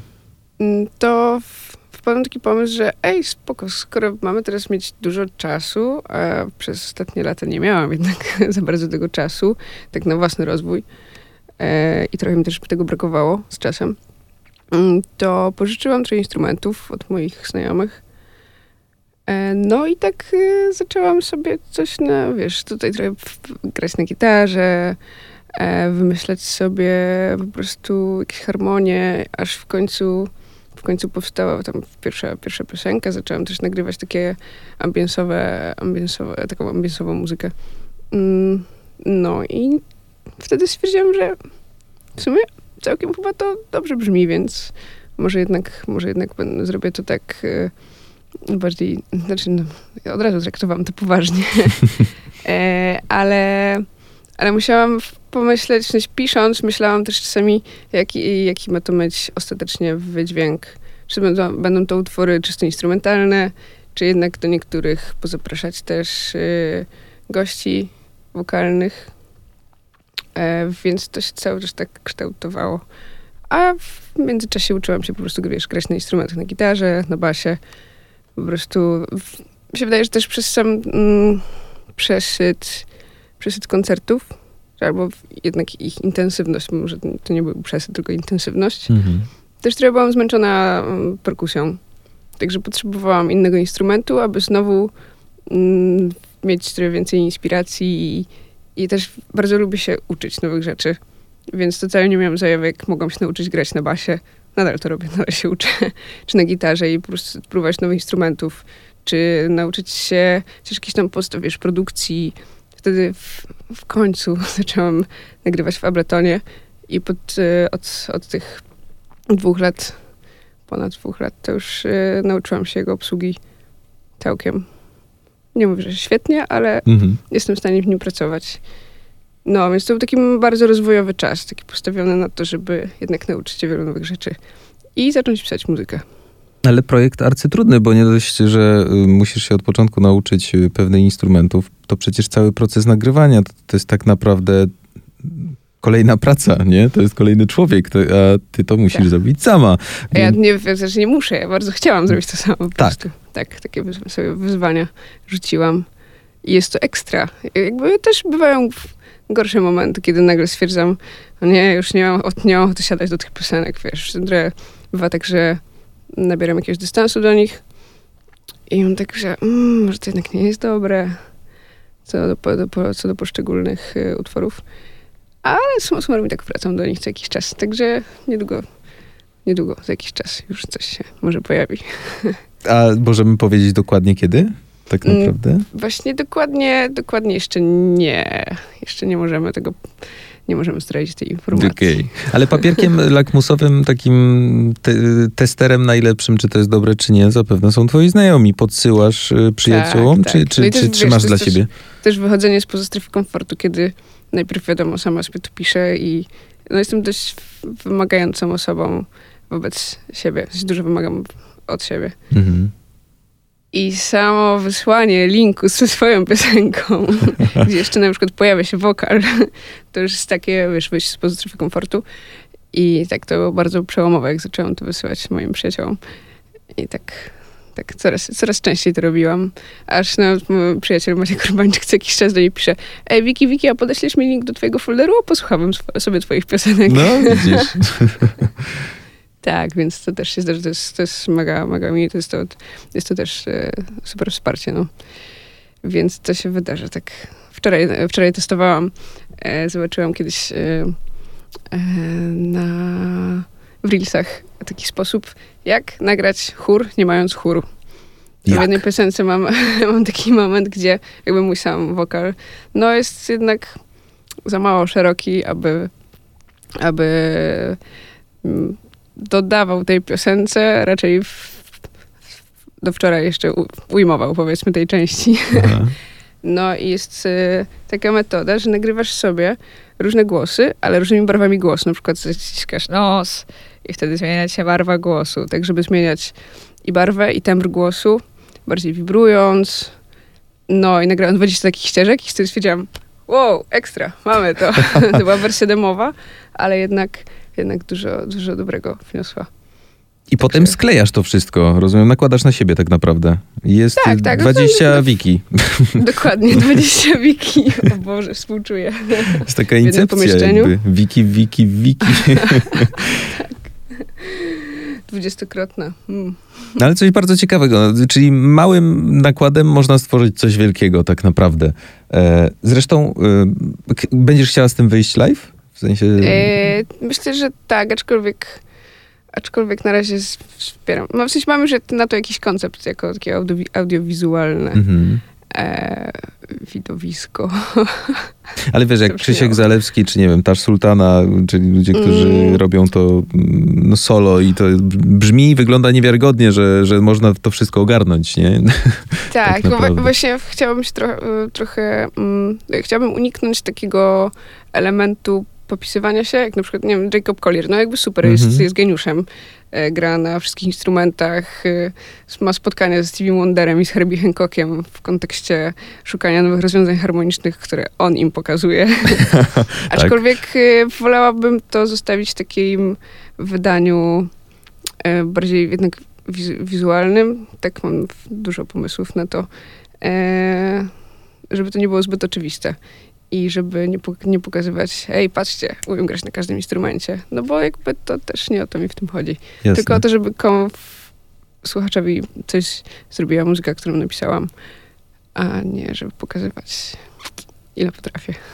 to wpadł taki pomysł, że spoko, skoro mamy teraz mieć dużo czasu, a przez ostatnie lata nie miałam jednak za bardzo tego czasu, tak na własny rozwój i trochę mi też tego brakowało z czasem, to pożyczyłam trochę instrumentów od moich znajomych. No i tak zaczęłam sobie coś tutaj trochę grać na gitarze, wymyślać sobie po prostu jakieś harmonie, aż w końcu powstała tam pierwsza piosenka. Zaczęłam też nagrywać takie taką ambiensową muzykę. No i wtedy stwierdziłam, że w sumie całkiem chyba to dobrze brzmi, więc może jednak zrobię to tak bardziej, ja od razu traktowałam to poważnie, ale musiałam pomyśleć, pisząc, myślałam też czasami, jaki ma to mieć ostatecznie wydźwięk. Czy będą to utwory czysto instrumentalne, czy jednak do niektórych pozapraszać też gości wokalnych. Więc to się cały czas tak kształtowało. A w międzyczasie uczyłam się po prostu, grać na instrumentach, na gitarze, na basie. Po prostu mi się wydaje, że też przez sam przesyt koncertów, albo jednak ich intensywność, może to nie był przesyt, tylko intensywność, też trochę byłam zmęczona perkusją. Także potrzebowałam innego instrumentu, aby znowu mieć trochę więcej inspiracji i też bardzo lubię się uczyć nowych rzeczy. Więc totalnie nie miałam zajawek, mogłam się nauczyć grać na basie. nadal to robię, nadal się uczę, czy na gitarze i po prostu próbować nowych instrumentów, czy nauczyć się chociaż jakiejś tam podstaw, wiesz, produkcji. Wtedy w końcu zaczęłam nagrywać w Abletonie i od tych 2 lat, ponad 2 lat, to już nauczyłam się jego obsługi całkiem. Nie mówię, że świetnie, ale jestem w stanie w nim pracować. No, więc to był taki bardzo rozwojowy czas, taki postawiony na to, żeby jednak nauczyć się wielu nowych rzeczy i zacząć pisać muzykę. Ale projekt arcytrudny, bo nie dość, że musisz się od początku nauczyć pewnych instrumentów, to przecież cały proces nagrywania to jest tak naprawdę kolejna praca, nie? To jest kolejny człowiek, a ty to musisz zrobić sama. Ja nie muszę, ja bardzo chciałam zrobić to samo po prostu. Tak, takie sobie wyzwania rzuciłam. I jest to ekstra. Jakby też bywają gorsze momenty, kiedy nagle stwierdzam, no nie, już nie mam ochoty siadać do tych piosenek, wiesz. Bywa tak, że nabieram jakiegoś dystansu do nich i mam tak, że może to jednak nie jest dobre co do poszczególnych utworów. Ale summa summarum tak wracam do nich co jakiś czas. Także niedługo, za jakiś czas już coś się może pojawi. A możemy powiedzieć dokładnie kiedy? Tak naprawdę? Właśnie dokładnie jeszcze nie. Jeszcze nie możemy tego, nie możemy zdradzić tej informacji. Okay. Ale papierkiem lakmusowym, takim testerem najlepszym, czy to jest dobre, czy nie, zapewne są twoi znajomi. Podsyłasz przyjaciołom, tak. czy trzymasz dla siebie? Też wychodzenie spoza strefy komfortu, kiedy najpierw wiadomo, sama sobie to piszę i jestem dość wymagającą osobą wobec siebie. Dużo wymagam od siebie. I samo wysłanie linku ze swoją piosenką, gdzie jeszcze na przykład pojawia się wokal, to już jest takie, wiesz, wyjść spoza strefy komfortu. I tak to było bardzo przełomowe, jak zaczęłam to wysyłać moim przyjaciołom. I tak coraz częściej to robiłam. Aż nawet mój przyjaciel Maciek Urbańczyk co jakiś czas do niej pisze: ej, Wiki, a podeślesz mi link do twojego folderu? Posłuchałbym sobie twoich piosenek. No, widzisz. Tak, więc to też się zdarzy. To jest mega miłe. Jest to też super wsparcie, no. Więc to się wydarzy. Tak. Wczoraj testowałam. Zobaczyłam kiedyś w Reelsach taki sposób, jak nagrać chór, nie mając chóru. W jednej piosence mam taki moment, gdzie jakby mój sam wokal jest jednak za mało szeroki, aby dodawał tej piosence, raczej do wczoraj jeszcze ujmował, powiedzmy, tej części. Aha. No i jest taka metoda, że nagrywasz sobie różne głosy, ale różnymi barwami głosu. Na przykład zaciskasz nos i wtedy zmienia się barwa głosu. Tak, żeby zmieniać i barwę, i tembr głosu, bardziej wibrując. No i nagrałam 20 takich ścieżek i wtedy stwierdziłam, wow, ekstra, mamy to. To była wersja demowa, ale jednak dużo dobrego wniosła. I potem sklejasz to wszystko, rozumiem, nakładasz na siebie tak naprawdę. Jest tak, 20 wiki. Dokładnie, 20 wiki. O Boże, współczuję. Jest taka incepcja jakby. Wiki. Tak. 20-krotna. Ale coś bardzo ciekawego, czyli małym nakładem można stworzyć coś wielkiego tak naprawdę. Zresztą będziesz chciała z tym wyjść live? W sensie... Myślę, że tak, aczkolwiek na razie wspieram. W sensie mamy już na to jakiś koncept, jako takie audiowizualne widowisko. Ale wiesz, jak Krzysiek Zalewski, czy nie wiem, Tash Sultana, czyli ludzie, którzy robią to solo i to brzmi i wygląda niewiarygodnie, że można to wszystko ogarnąć, nie? Tak, właśnie chciałabym się trochę chciałabym uniknąć takiego elementu popisywania się, jak na przykład, nie wiem, Jacob Collier, jakby super, jest geniuszem. Gra na wszystkich instrumentach, ma spotkania z Stevie Wonderem i z Herbie Hancockiem w kontekście szukania nowych rozwiązań harmonicznych, które on im pokazuje. Aczkolwiek wolałabym to zostawić w takim wydaniu bardziej jednak wizualnym. Tak, mam dużo pomysłów na to, żeby to nie było zbyt oczywiste. I żeby nie pokazywać, hej, patrzcie, umiem grać na każdym instrumencie. No bo jakby to też nie o to mi w tym chodzi. Jasne. Tylko o to, żeby słuchaczowi coś zrobiła muzyka, którą napisałam, a nie żeby pokazywać, ile potrafię.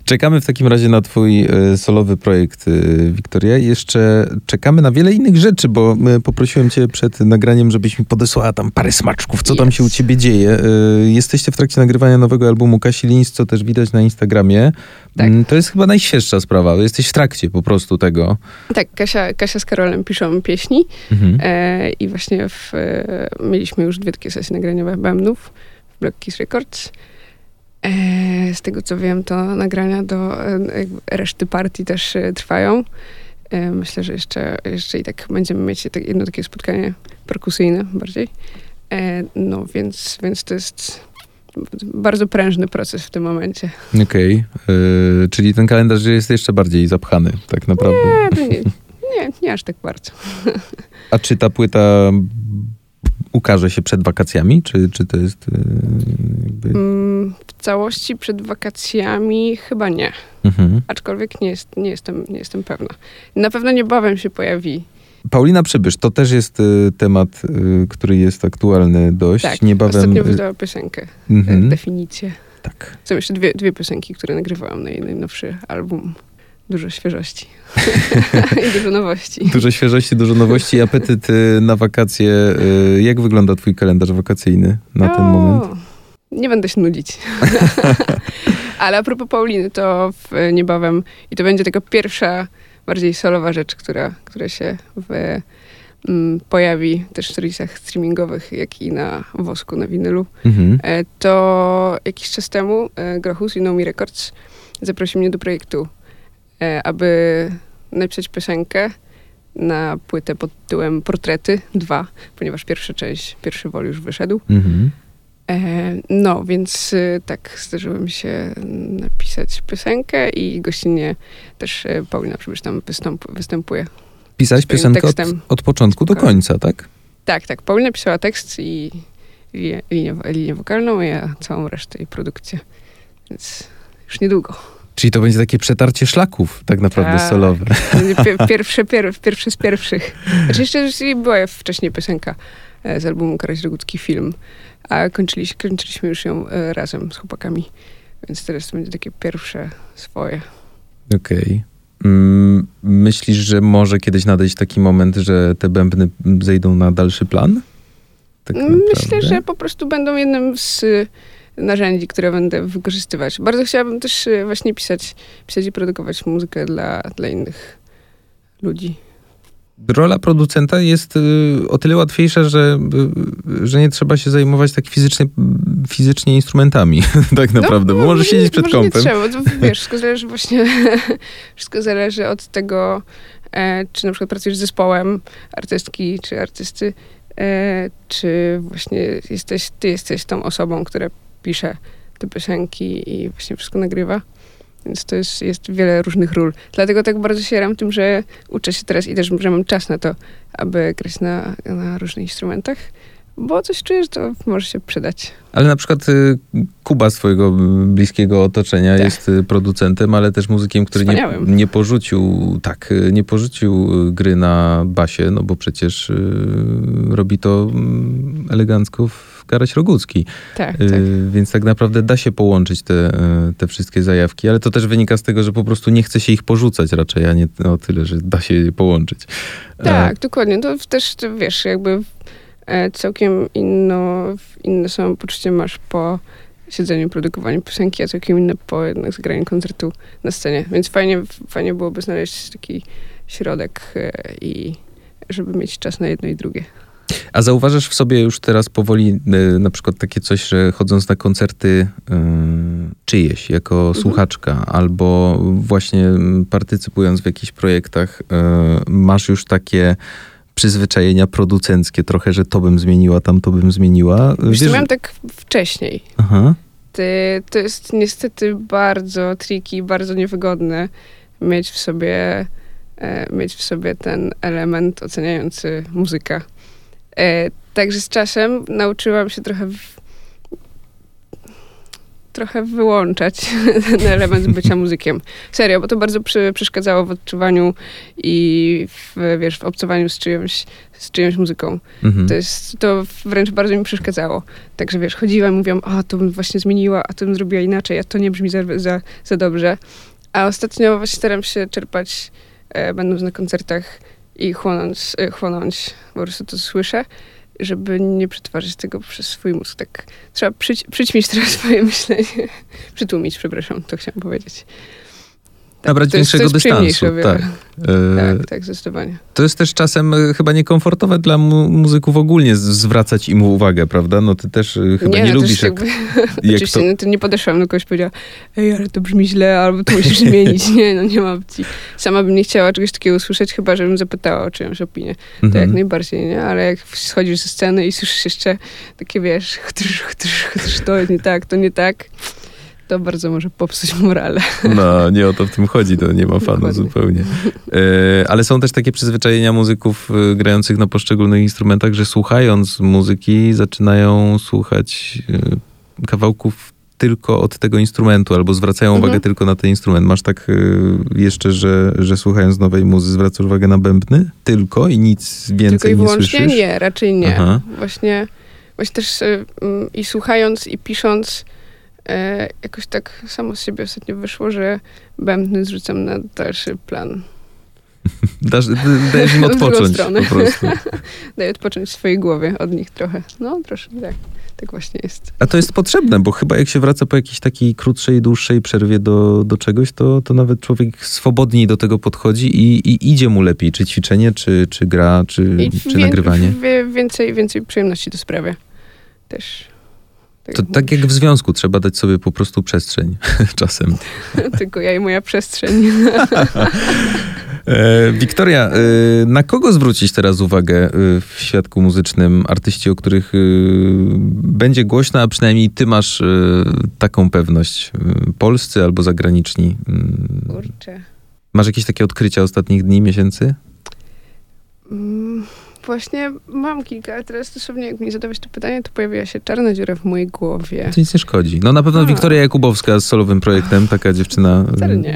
Czekamy w takim razie na twój solowy projekt, Wiktoria. Jeszcze czekamy na wiele innych rzeczy, bo poprosiłem cię przed nagraniem, żebyś mi podesłała tam parę smaczków, co tam się u ciebie dzieje. Jesteście w trakcie nagrywania nowego albumu Kasi Linz, co też widać na Instagramie. Tak. To jest chyba najświeższa sprawa. Jesteś w trakcie po prostu tego. Tak, Kasia z Karolem piszą pieśni i właśnie mieliśmy już 2 takie sesje nagraniowe bębnów w Black Keys Records. Z tego co wiem, to nagrania do reszty partii też trwają. Myślę, że jeszcze i tak będziemy mieć jedno takie spotkanie perkusyjne bardziej. No więc to jest bardzo prężny proces w tym momencie. Okej. Czyli ten kalendarz jest jeszcze bardziej zapchany, tak naprawdę. Nie aż tak bardzo. A czy ta płyta ukaże się przed wakacjami? Czy to jest jakby... W całości przed wakacjami chyba nie. Aczkolwiek nie jestem pewna. Na pewno niebawem się pojawi. Paulina Przybysz, to też jest temat, który jest aktualny dość. Tak, niebawem... ostatnio wydała piosenkę, definicję. Tak. Są jeszcze dwie piosenki, które nagrywałam na jej najnowszy album. Dużo świeżości. I dużo nowości. Dużo świeżości, dużo nowości. Apetyt na wakacje. Jak wygląda twój kalendarz wakacyjny na ten moment? Nie będę się nudzić. Ale a propos Pauliny, to niebawem, i to będzie taka pierwsza, bardziej solowa rzecz, która się pojawi też w serwisach streamingowych, jak i na Wosku, na winylu. To jakiś czas temu Grochus i No Me Records zaprosił mnie do projektu, aby napisać piosenkę na płytę pod tytułem Portrety 2, ponieważ pierwszy wol już wyszedł. No, więc tak, zdarzyło mi się napisać piosenkę i gościnnie też Paulina Przybysz tam występuje. Pisać piosenkę od początku do końca, tak? Tak. Paulina pisała tekst i linię wokalną, a ja całą resztę i produkcję. Więc już niedługo. Czyli to będzie takie przetarcie szlaków, tak naprawdę solowe. Pierwsze z pierwszych. Znaczy jeszcze była wcześniej piosenka z albumu Karaś Rogucki Film, a kończyliśmy już ją razem z chłopakami. Więc teraz to będzie takie pierwsze swoje. Okej. Myślisz, że może kiedyś nadejść taki moment, że te bębny zejdą na dalszy plan? Tak myślę, że po prostu będą jednym z narzędzi, które będę wykorzystywać. Bardzo chciałabym też właśnie pisać i produkować muzykę dla innych ludzi. Rola producenta jest o tyle łatwiejsza, że nie trzeba się zajmować tak fizycznie instrumentami, tak naprawdę, bo możesz siedzieć przed kompem. Nie trzeba, to wiesz, wszystko zależy od tego, czy na przykład pracujesz z zespołem artystki czy artysty, czy właśnie ty jesteś tą osobą, która pisze te piosenki i właśnie wszystko nagrywa. Więc to jest wiele różnych ról. Dlatego tak bardzo się jaram tym, że uczę się teraz i też, że mam czas na to, aby grać na różnych instrumentach, bo coś czuję, że to może się przydać. Ale na przykład Kuba z twojego bliskiego otoczenia jest producentem, ale też muzykiem, który nie porzucił gry na basie, no bo przecież robi to elegancko w Karaś Rogucki. Tak. Więc tak naprawdę da się połączyć te wszystkie zajawki, ale to też wynika z tego, że po prostu nie chce się ich porzucać raczej, a nie o tyle, że da się je połączyć. Tak, dokładnie. To też, wiesz, jakby całkiem inne samopoczucie masz po siedzeniu i produkowaniu piosenki, a całkiem inne po jednak zagraniu koncertu na scenie. Więc fajnie byłoby znaleźć taki środek i żeby mieć czas na jedno i drugie. A zauważasz w sobie już teraz powoli na przykład takie coś, że chodząc na koncerty czyjeś jako słuchaczka albo właśnie partycypując w jakichś projektach masz już takie przyzwyczajenia producenckie trochę, że to bym zmieniła, tamto bym zmieniła? Wiesz, miałam tak wcześniej. Aha. To jest niestety bardzo tricky, bardzo niewygodne mieć w sobie ten element oceniający muzykę. Także z czasem nauczyłam się trochę trochę wyłączać ten element bycia muzykiem. Serio, bo to bardzo przeszkadzało w odczuwaniu i w obcowaniu z czyjąś muzyką. To wręcz bardzo mi przeszkadzało. Także chodziłam i mówiłam, to bym właśnie zmieniła, a to bym zrobiła inaczej, a to nie brzmi za dobrze. A ostatnio właśnie staram się czerpać, będąc na koncertach i chłonąć po prostu to słyszę, żeby nie przetwarzać tego przez swój mózg. Tak trzeba przyćmić trochę swoje myślenie. Przytłumić, przepraszam, to chciałam powiedzieć. Nabrać większego dystansu. Tak, zdecydowanie. To jest też czasem chyba niekomfortowe dla muzyków ogólnie zwracać im uwagę, prawda? No ty też chyba nie lubisz. Oczywiście, to nie podeszłam do kogoś, powiedziała, ale to brzmi źle, albo to musisz zmienić. Nie ma opcji. Sama bym nie chciała czegoś takiego usłyszeć, chyba żebym zapytała o czyjąś opinię. To jak najbardziej, nie? Ale jak schodzisz ze sceny i słyszysz jeszcze takie, to nie tak, to bardzo może popsuć morale. No, nie o to w tym chodzi, to nie ma fanu zupełnie. Ale są też takie przyzwyczajenia muzyków grających na poszczególnych instrumentach, że słuchając muzyki zaczynają słuchać kawałków tylko od tego instrumentu, albo zwracają uwagę tylko na ten instrument. Masz tak jeszcze, że słuchając nowej muzy zwracasz uwagę na bębny? Tylko i nic więcej nie słyszysz? Tylko i wyłącznie? Nie, raczej nie. Właśnie też i słuchając, i pisząc jakoś tak samo z siebie ostatnio wyszło, że bębny zrzucam na dalszy plan. Dajesz im odpocząć po prostu. Daję odpocząć swojej głowie od nich trochę. No, troszkę tak. Tak właśnie jest. A to jest potrzebne, bo chyba jak się wraca po jakiejś takiej krótszej, dłuższej przerwie do czegoś, to nawet człowiek swobodniej do tego podchodzi i idzie mu lepiej. Czy ćwiczenie, czy gra, czy nagrywanie. Więcej przyjemności to sprawia. Też. To tak jak w związku, trzeba dać sobie po prostu przestrzeń czasem. Tylko ja i moja przestrzeń. Wiktoria, na kogo zwrócić teraz uwagę w świadku muzycznym? Artyści, o których będzie głośno, a przynajmniej ty masz taką pewność. Polscy albo zagraniczni. Kurczę. Masz jakieś takie odkrycia ostatnich dni, miesięcy? Właśnie mam kilka, ale teraz dosłownie jak mi zadałeś to pytanie, to pojawiła się czarna dziura w mojej głowie. To nic nie szkodzi. No na pewno Wiktoria Jakubowska z solowym projektem, taka dziewczyna. Wcale nie.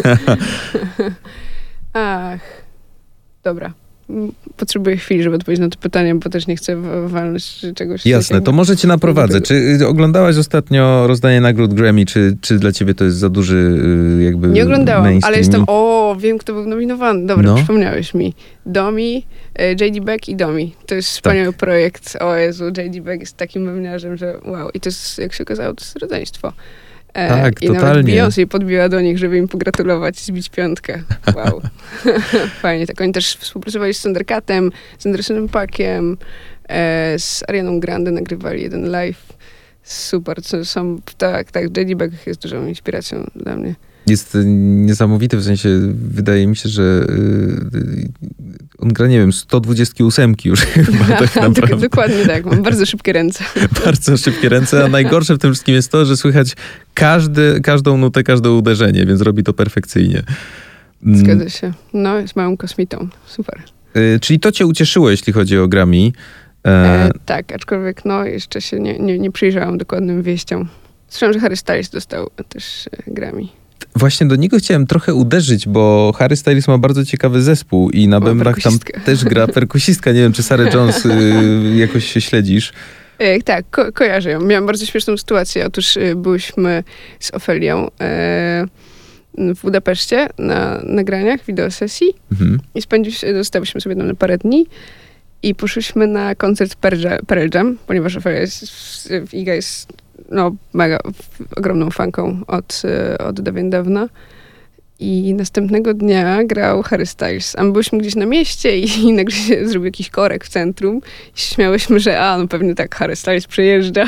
Dobra. Potrzebuję chwili, żeby odpowiedzieć na to pytanie, bo też nie chcę walnąć czegoś. Jasne, to może cię naprowadzę. Czy oglądałaś ostatnio rozdanie nagród Grammy? Czy dla ciebie to jest za duży jakby Nie oglądałam, mainstream? ale jestem... wiem, kto był nominowany. Dobra, przypomniałeś mi. Domi, J.D. Beck i Domi. To jest wspaniały projekt. O Jezu, J.D. Beck jest takim wełniarzem, że wow. I to jest, jak się okazało, to jest rodzeństwo. Tak, i totalnie. nawet Beyoncé podbiła do nich, żeby im pogratulować, zbić piątkę. Wow. Fajnie. Tak oni też współpracowali z Thundercatem, z Andersonem Paakiem, z Arianą Grande nagrywali jeden live. Super. Tak, J.D. Beck jest dużą inspiracją dla mnie. Jest niesamowity, w sensie wydaje mi się, że on gra, nie wiem, 128 już chyba tak naprawdę. Dokładnie tak, mam bardzo szybkie ręce. Bardzo szybkie ręce, a najgorsze w tym wszystkim jest to, że słychać każdą nutę, każde uderzenie, więc robi to perfekcyjnie. Zgadza się. No, jest małym kosmitą. Super. Czyli to cię ucieszyło, jeśli chodzi o Grammy. Tak, aczkolwiek jeszcze się nie przyjrzałam dokładnym wieściom. Słyszałam, że Harry Styles dostał też Grammy. Właśnie do niego chciałem trochę uderzyć, bo Harry Styles ma bardzo ciekawy zespół i na bębnach tam też gra perkusistka. Nie wiem, czy Sarah Jones jakoś się śledzisz. Tak, kojarzę ją. Miałam bardzo śmieszną sytuację. Otóż byłyśmy z Ofelią w Budapeszcie na nagraniach, wideosesji i zostałyśmy sobie tam na parę dni i poszliśmy na koncert Pearl Jam, ponieważ Ofelia Iga jest mega ogromną fanką od dawien dawna. I następnego dnia grał Harry Styles. A my byliśmy gdzieś na mieście i nagle się zrobił jakiś korek w centrum. I śmiałyśmy, że pewnie tak, Harry Styles przyjeżdża.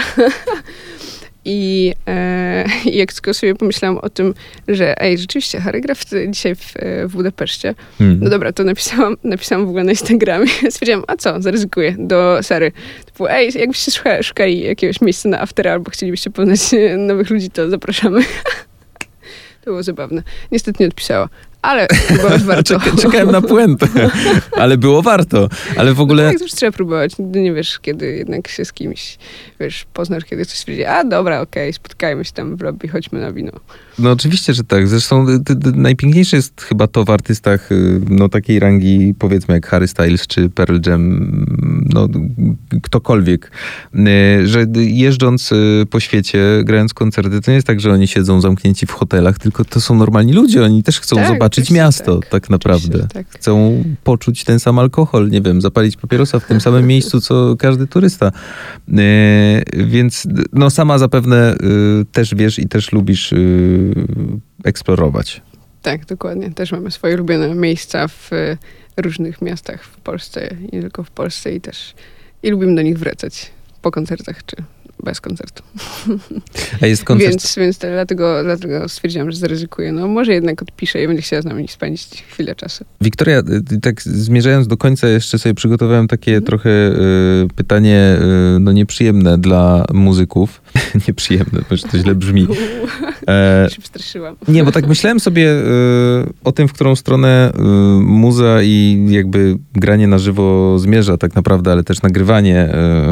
I jak tylko sobie pomyślałam o tym, że rzeczywiście Harry gra dzisiaj w Budapeszcie. No dobra, to napisałam w ogóle na Instagramie. Stwierdziłam, zaryzykuję do Sary. Typu, jakbyście szukali jakiegoś miejsca na after albo chcielibyście poznać nowych ludzi, to zapraszamy. To było zabawne. Niestety nie odpisała, Ale próbować warto. Czekałem na puentę, ale było warto. Ale w ogóle... No tak, to już trzeba próbować. Nigdy nie wiesz, kiedy jednak się z kimś, poznasz, kiedy ktoś stwierdzi, a dobra, okej, spotkajmy się tam w lobby, chodźmy na wino. No oczywiście, że tak. Zresztą najpiękniejsze jest chyba to w artystach no, takiej rangi, powiedzmy jak Harry Styles czy Pearl Jam, no ktokolwiek, że jeżdżąc po świecie, grając koncerty, to nie jest tak, że oni siedzą zamknięci w hotelach, tylko to są normalni ludzie. Oni też chcą zobaczyć miasto, tak naprawdę. Tak. Chcą poczuć ten sam alkohol, nie wiem, zapalić papierosa w tym samym miejscu, co każdy turysta. Więc no sama zapewne też wiesz i też lubisz eksplorować. Tak, dokładnie. Też mamy swoje ulubione miejsca w różnych miastach w Polsce, nie tylko w Polsce i lubimy do nich wracać po koncertach czy bez koncertu. A jest koncert... Więc dlatego stwierdziłam, że zaryzykuję. No może jednak odpiszę i będzie chciała z nami spędzić chwilę czasu. Wiktoria, tak zmierzając do końca, jeszcze sobie przygotowałem takie trochę pytanie no nieprzyjemne dla muzyków. Nieprzyjemne, bo to źle brzmi. Się przestraszyłam. Nie, bo tak myślałem sobie o tym, w którą stronę muza i jakby granie na żywo zmierza tak naprawdę, ale też nagrywanie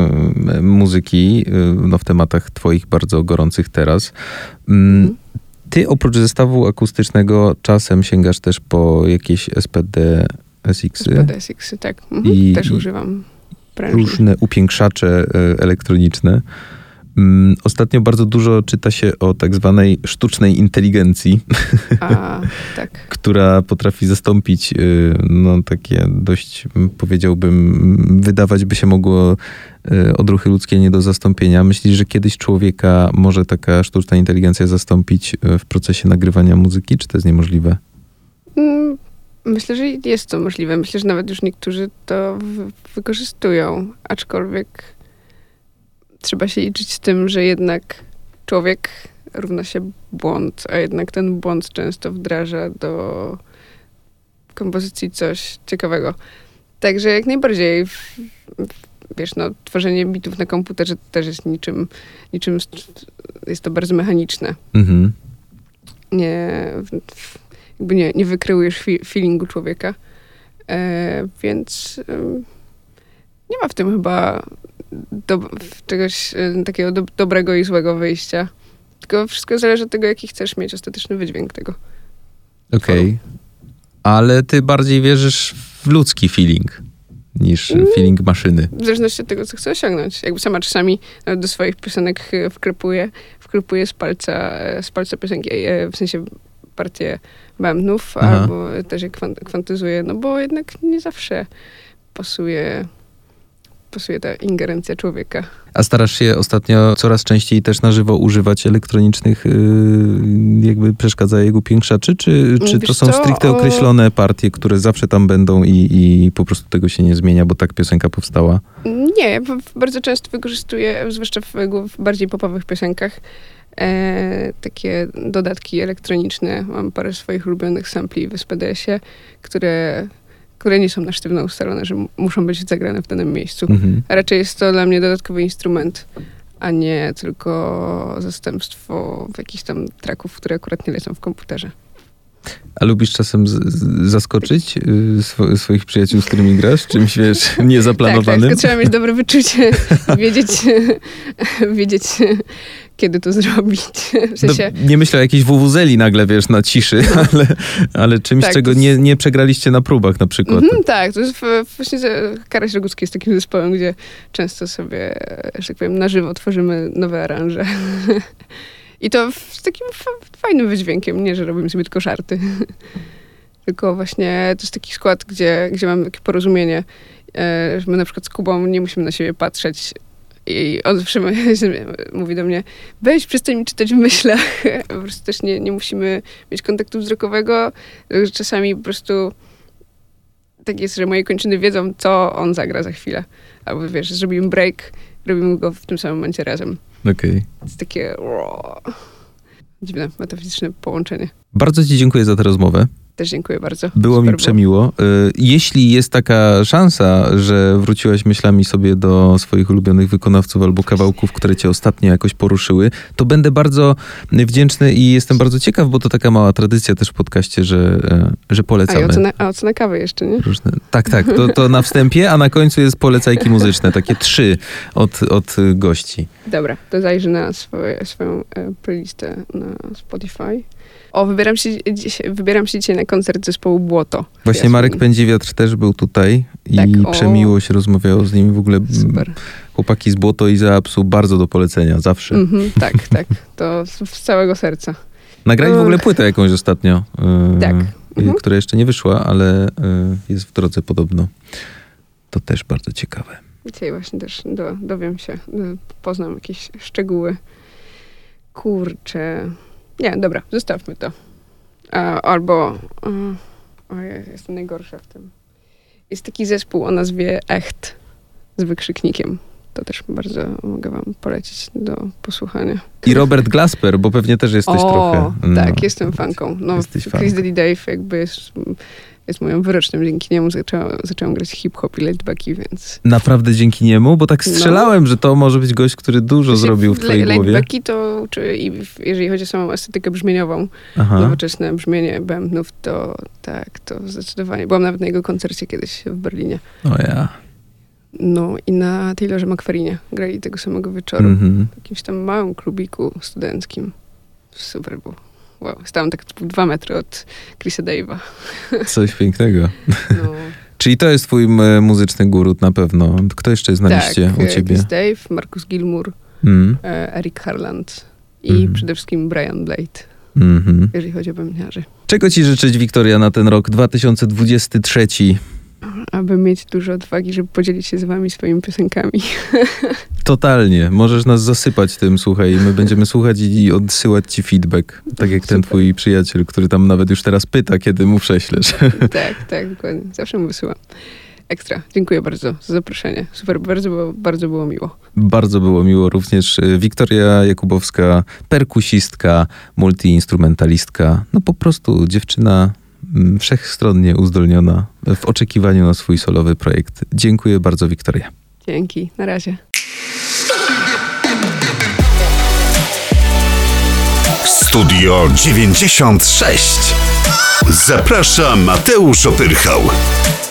muzyki no, w tematach twoich bardzo gorących teraz. Ty oprócz zestawu akustycznego czasem sięgasz też po jakieś SPD SX-y? SPD SX-y, tak. Też używam prężnie. Różne upiększacze elektroniczne. Ostatnio bardzo dużo czyta się o tak zwanej sztucznej inteligencji, tak. która potrafi zastąpić no, takie dość, powiedziałbym, wydawać by się mogło odruchy ludzkie nie do zastąpienia. Myślisz, że kiedyś człowieka może taka sztuczna inteligencja zastąpić w procesie nagrywania muzyki, czy to jest niemożliwe? Myślę, że jest to możliwe. Myślę, że nawet już niektórzy to wykorzystują, aczkolwiek trzeba się liczyć z tym, że jednak człowiek równa się błąd, a jednak ten błąd często wdraża do kompozycji coś ciekawego. Także jak najbardziej, wiesz, no, tworzenie bitów na komputerze też jest niczym jest to bardzo mechaniczne. Mhm. Nie wykreujesz feelingu człowieka, więc nie ma w tym chyba czegoś takiego dobrego i złego wyjścia. Tylko wszystko zależy od tego, jaki chcesz mieć ostateczny wydźwięk tego. Okej. Ale ty bardziej wierzysz w ludzki feeling niż feeling maszyny. W zależności od tego, co chcę osiągnąć. Jakby sama czasami nawet do swoich piosenek wklepuję z palca piosenki, w sensie partię bębnów, albo też je kwantyzuję, no bo jednak nie zawsze pasuje ta ingerencja człowieka. A starasz się ostatnio coraz częściej też na żywo używać elektronicznych jakby przeszkadzajek upiększaczy? Czy to są stricte określone partie, które zawsze tam będą i po prostu tego się nie zmienia, bo tak piosenka powstała? Nie, bardzo często wykorzystuję, zwłaszcza w bardziej popowych piosenkach, takie dodatki elektroniczne. Mam parę swoich ulubionych sampli w SPD-sie, które nie są na sztywno ustalone, że muszą być zagrane w danym miejscu. A raczej jest to dla mnie dodatkowy instrument, a nie tylko zastępstwo jakichś tam tracków, które akurat nie lecą w komputerze. A lubisz czasem zaskoczyć swoich przyjaciół, z którymi grasz? Czymś, wiesz, niezaplanowanym? Tak, tylko trzeba mieć dobre wyczucie, wiedzieć kiedy to zrobić. W sensie... nie myślę o jakiejś wuwuzeli nagle, wiesz, na ciszy, ale czymś, tak, czego nie przegraliście na próbach na przykład. Tak, to jest właśnie Karaś Rogucki jest takim zespołem, gdzie często sobie, że tak powiem, na żywo tworzymy nowe aranże. I to z takim fajnym wydźwiękiem, nie, że robimy sobie tylko żarty. Tylko właśnie to jest taki skład, gdzie mamy takie porozumienie, że my na przykład z Kubą nie musimy na siebie patrzeć i on zawsze mówi do mnie, weź, przestań mi czytać w myślach. Po prostu też nie musimy mieć kontaktu wzrokowego. Czasami po prostu tak jest, że moje kończyny wiedzą, co on zagra za chwilę. Albo wiesz, zrobimy break, robimy go w tym samym momencie razem. Okej. To jest takie dziwne, metafizyczne połączenie. Bardzo ci dziękuję za tę rozmowę. Też dziękuję bardzo. Było Super mi przemiło. Jeśli jest taka szansa, że wróciłaś myślami sobie do swoich ulubionych wykonawców albo kawałków, które cię ostatnio jakoś poruszyły, to będę bardzo wdzięczny i jestem bardzo ciekaw, bo to taka mała tradycja też w podcaście, że polecamy. A ocena kawy jeszcze, nie? Różne. Tak, to na wstępie, a na końcu jest polecajki muzyczne, takie 3 od gości. Dobra, to zajrzę na swoją playlistę na Spotify. Wybieram się dzisiaj na koncert zespołu Błoto. Właśnie Marek Pędziwiatr też był tutaj i Tak, przemiło się rozmawiało z nimi. W ogóle Super. Chłopaki z Błoto i Zaapsu bardzo do polecenia, zawsze. Tak. To z całego serca. Nagrali w ogóle płytę jakąś ostatnio, Tak. która jeszcze nie wyszła, ale jest w drodze podobno. To też bardzo ciekawe. Dzisiaj właśnie też dowiem się, poznam jakieś szczegóły. Kurczę. Nie, dobra, zostawmy to. Ja jestem najgorsza w tym. Jest taki zespół o nazwie Echt z wykrzyknikiem. To też bardzo mogę wam polecić do posłuchania. I Robert Glasper, bo pewnie też jesteś trochę. No, tak, jestem fanką. No, Chris Daddy Dave jakby jest moją wyrocznią. Dzięki niemu zaczęłam grać hip-hop i laidbacki, więc... Naprawdę dzięki niemu? Bo tak strzelałem, że to może być gość, który dużo zrobił w twojej głowie. Laidbacki to, jeżeli chodzi o samą estetykę brzmieniową, nowoczesne brzmienie bębnów, to tak, to zdecydowanie. Byłam nawet na jego koncercie kiedyś w Berlinie. O ja. No i na Taylorze McFarrinie grali tego samego wieczoru. W jakimś tam małym klubiku studenckim. Super było. Wow, stałam tak 2 metry od Chrisa Dave'a. Coś pięknego. No. Czyli to jest twój muzyczny guru na pewno. Kto jeszcze jest na liście u ciebie? Chris Dave, Marcus Gilmour, Eric Harland i przede wszystkim Brian Blade, jeżeli chodzi o bębniarzy. Czego ci życzyć, Wiktoria, na ten rok 2023? Aby mieć dużo odwagi, żeby podzielić się z wami swoimi piosenkami. Totalnie. Możesz nas zasypać tym, słuchaj. My będziemy słuchać i odsyłać ci feedback. Tak jak ten twój przyjaciel, który tam nawet już teraz pyta, kiedy mu prześlesz. Tak, dokładnie. Zawsze mu wysyłam. Ekstra. Dziękuję bardzo za zaproszenie. Super, bardzo było miło. Bardzo było miło również. Wiktoria Jakubowska, perkusistka, multiinstrumentalistka. No po prostu dziewczyna wszechstronnie uzdolniona w oczekiwaniu na swój solowy projekt. Dziękuję bardzo, Wiktoria. Dzięki. Na razie. Studio 96. Zaprasza Mateusz Opyrchał.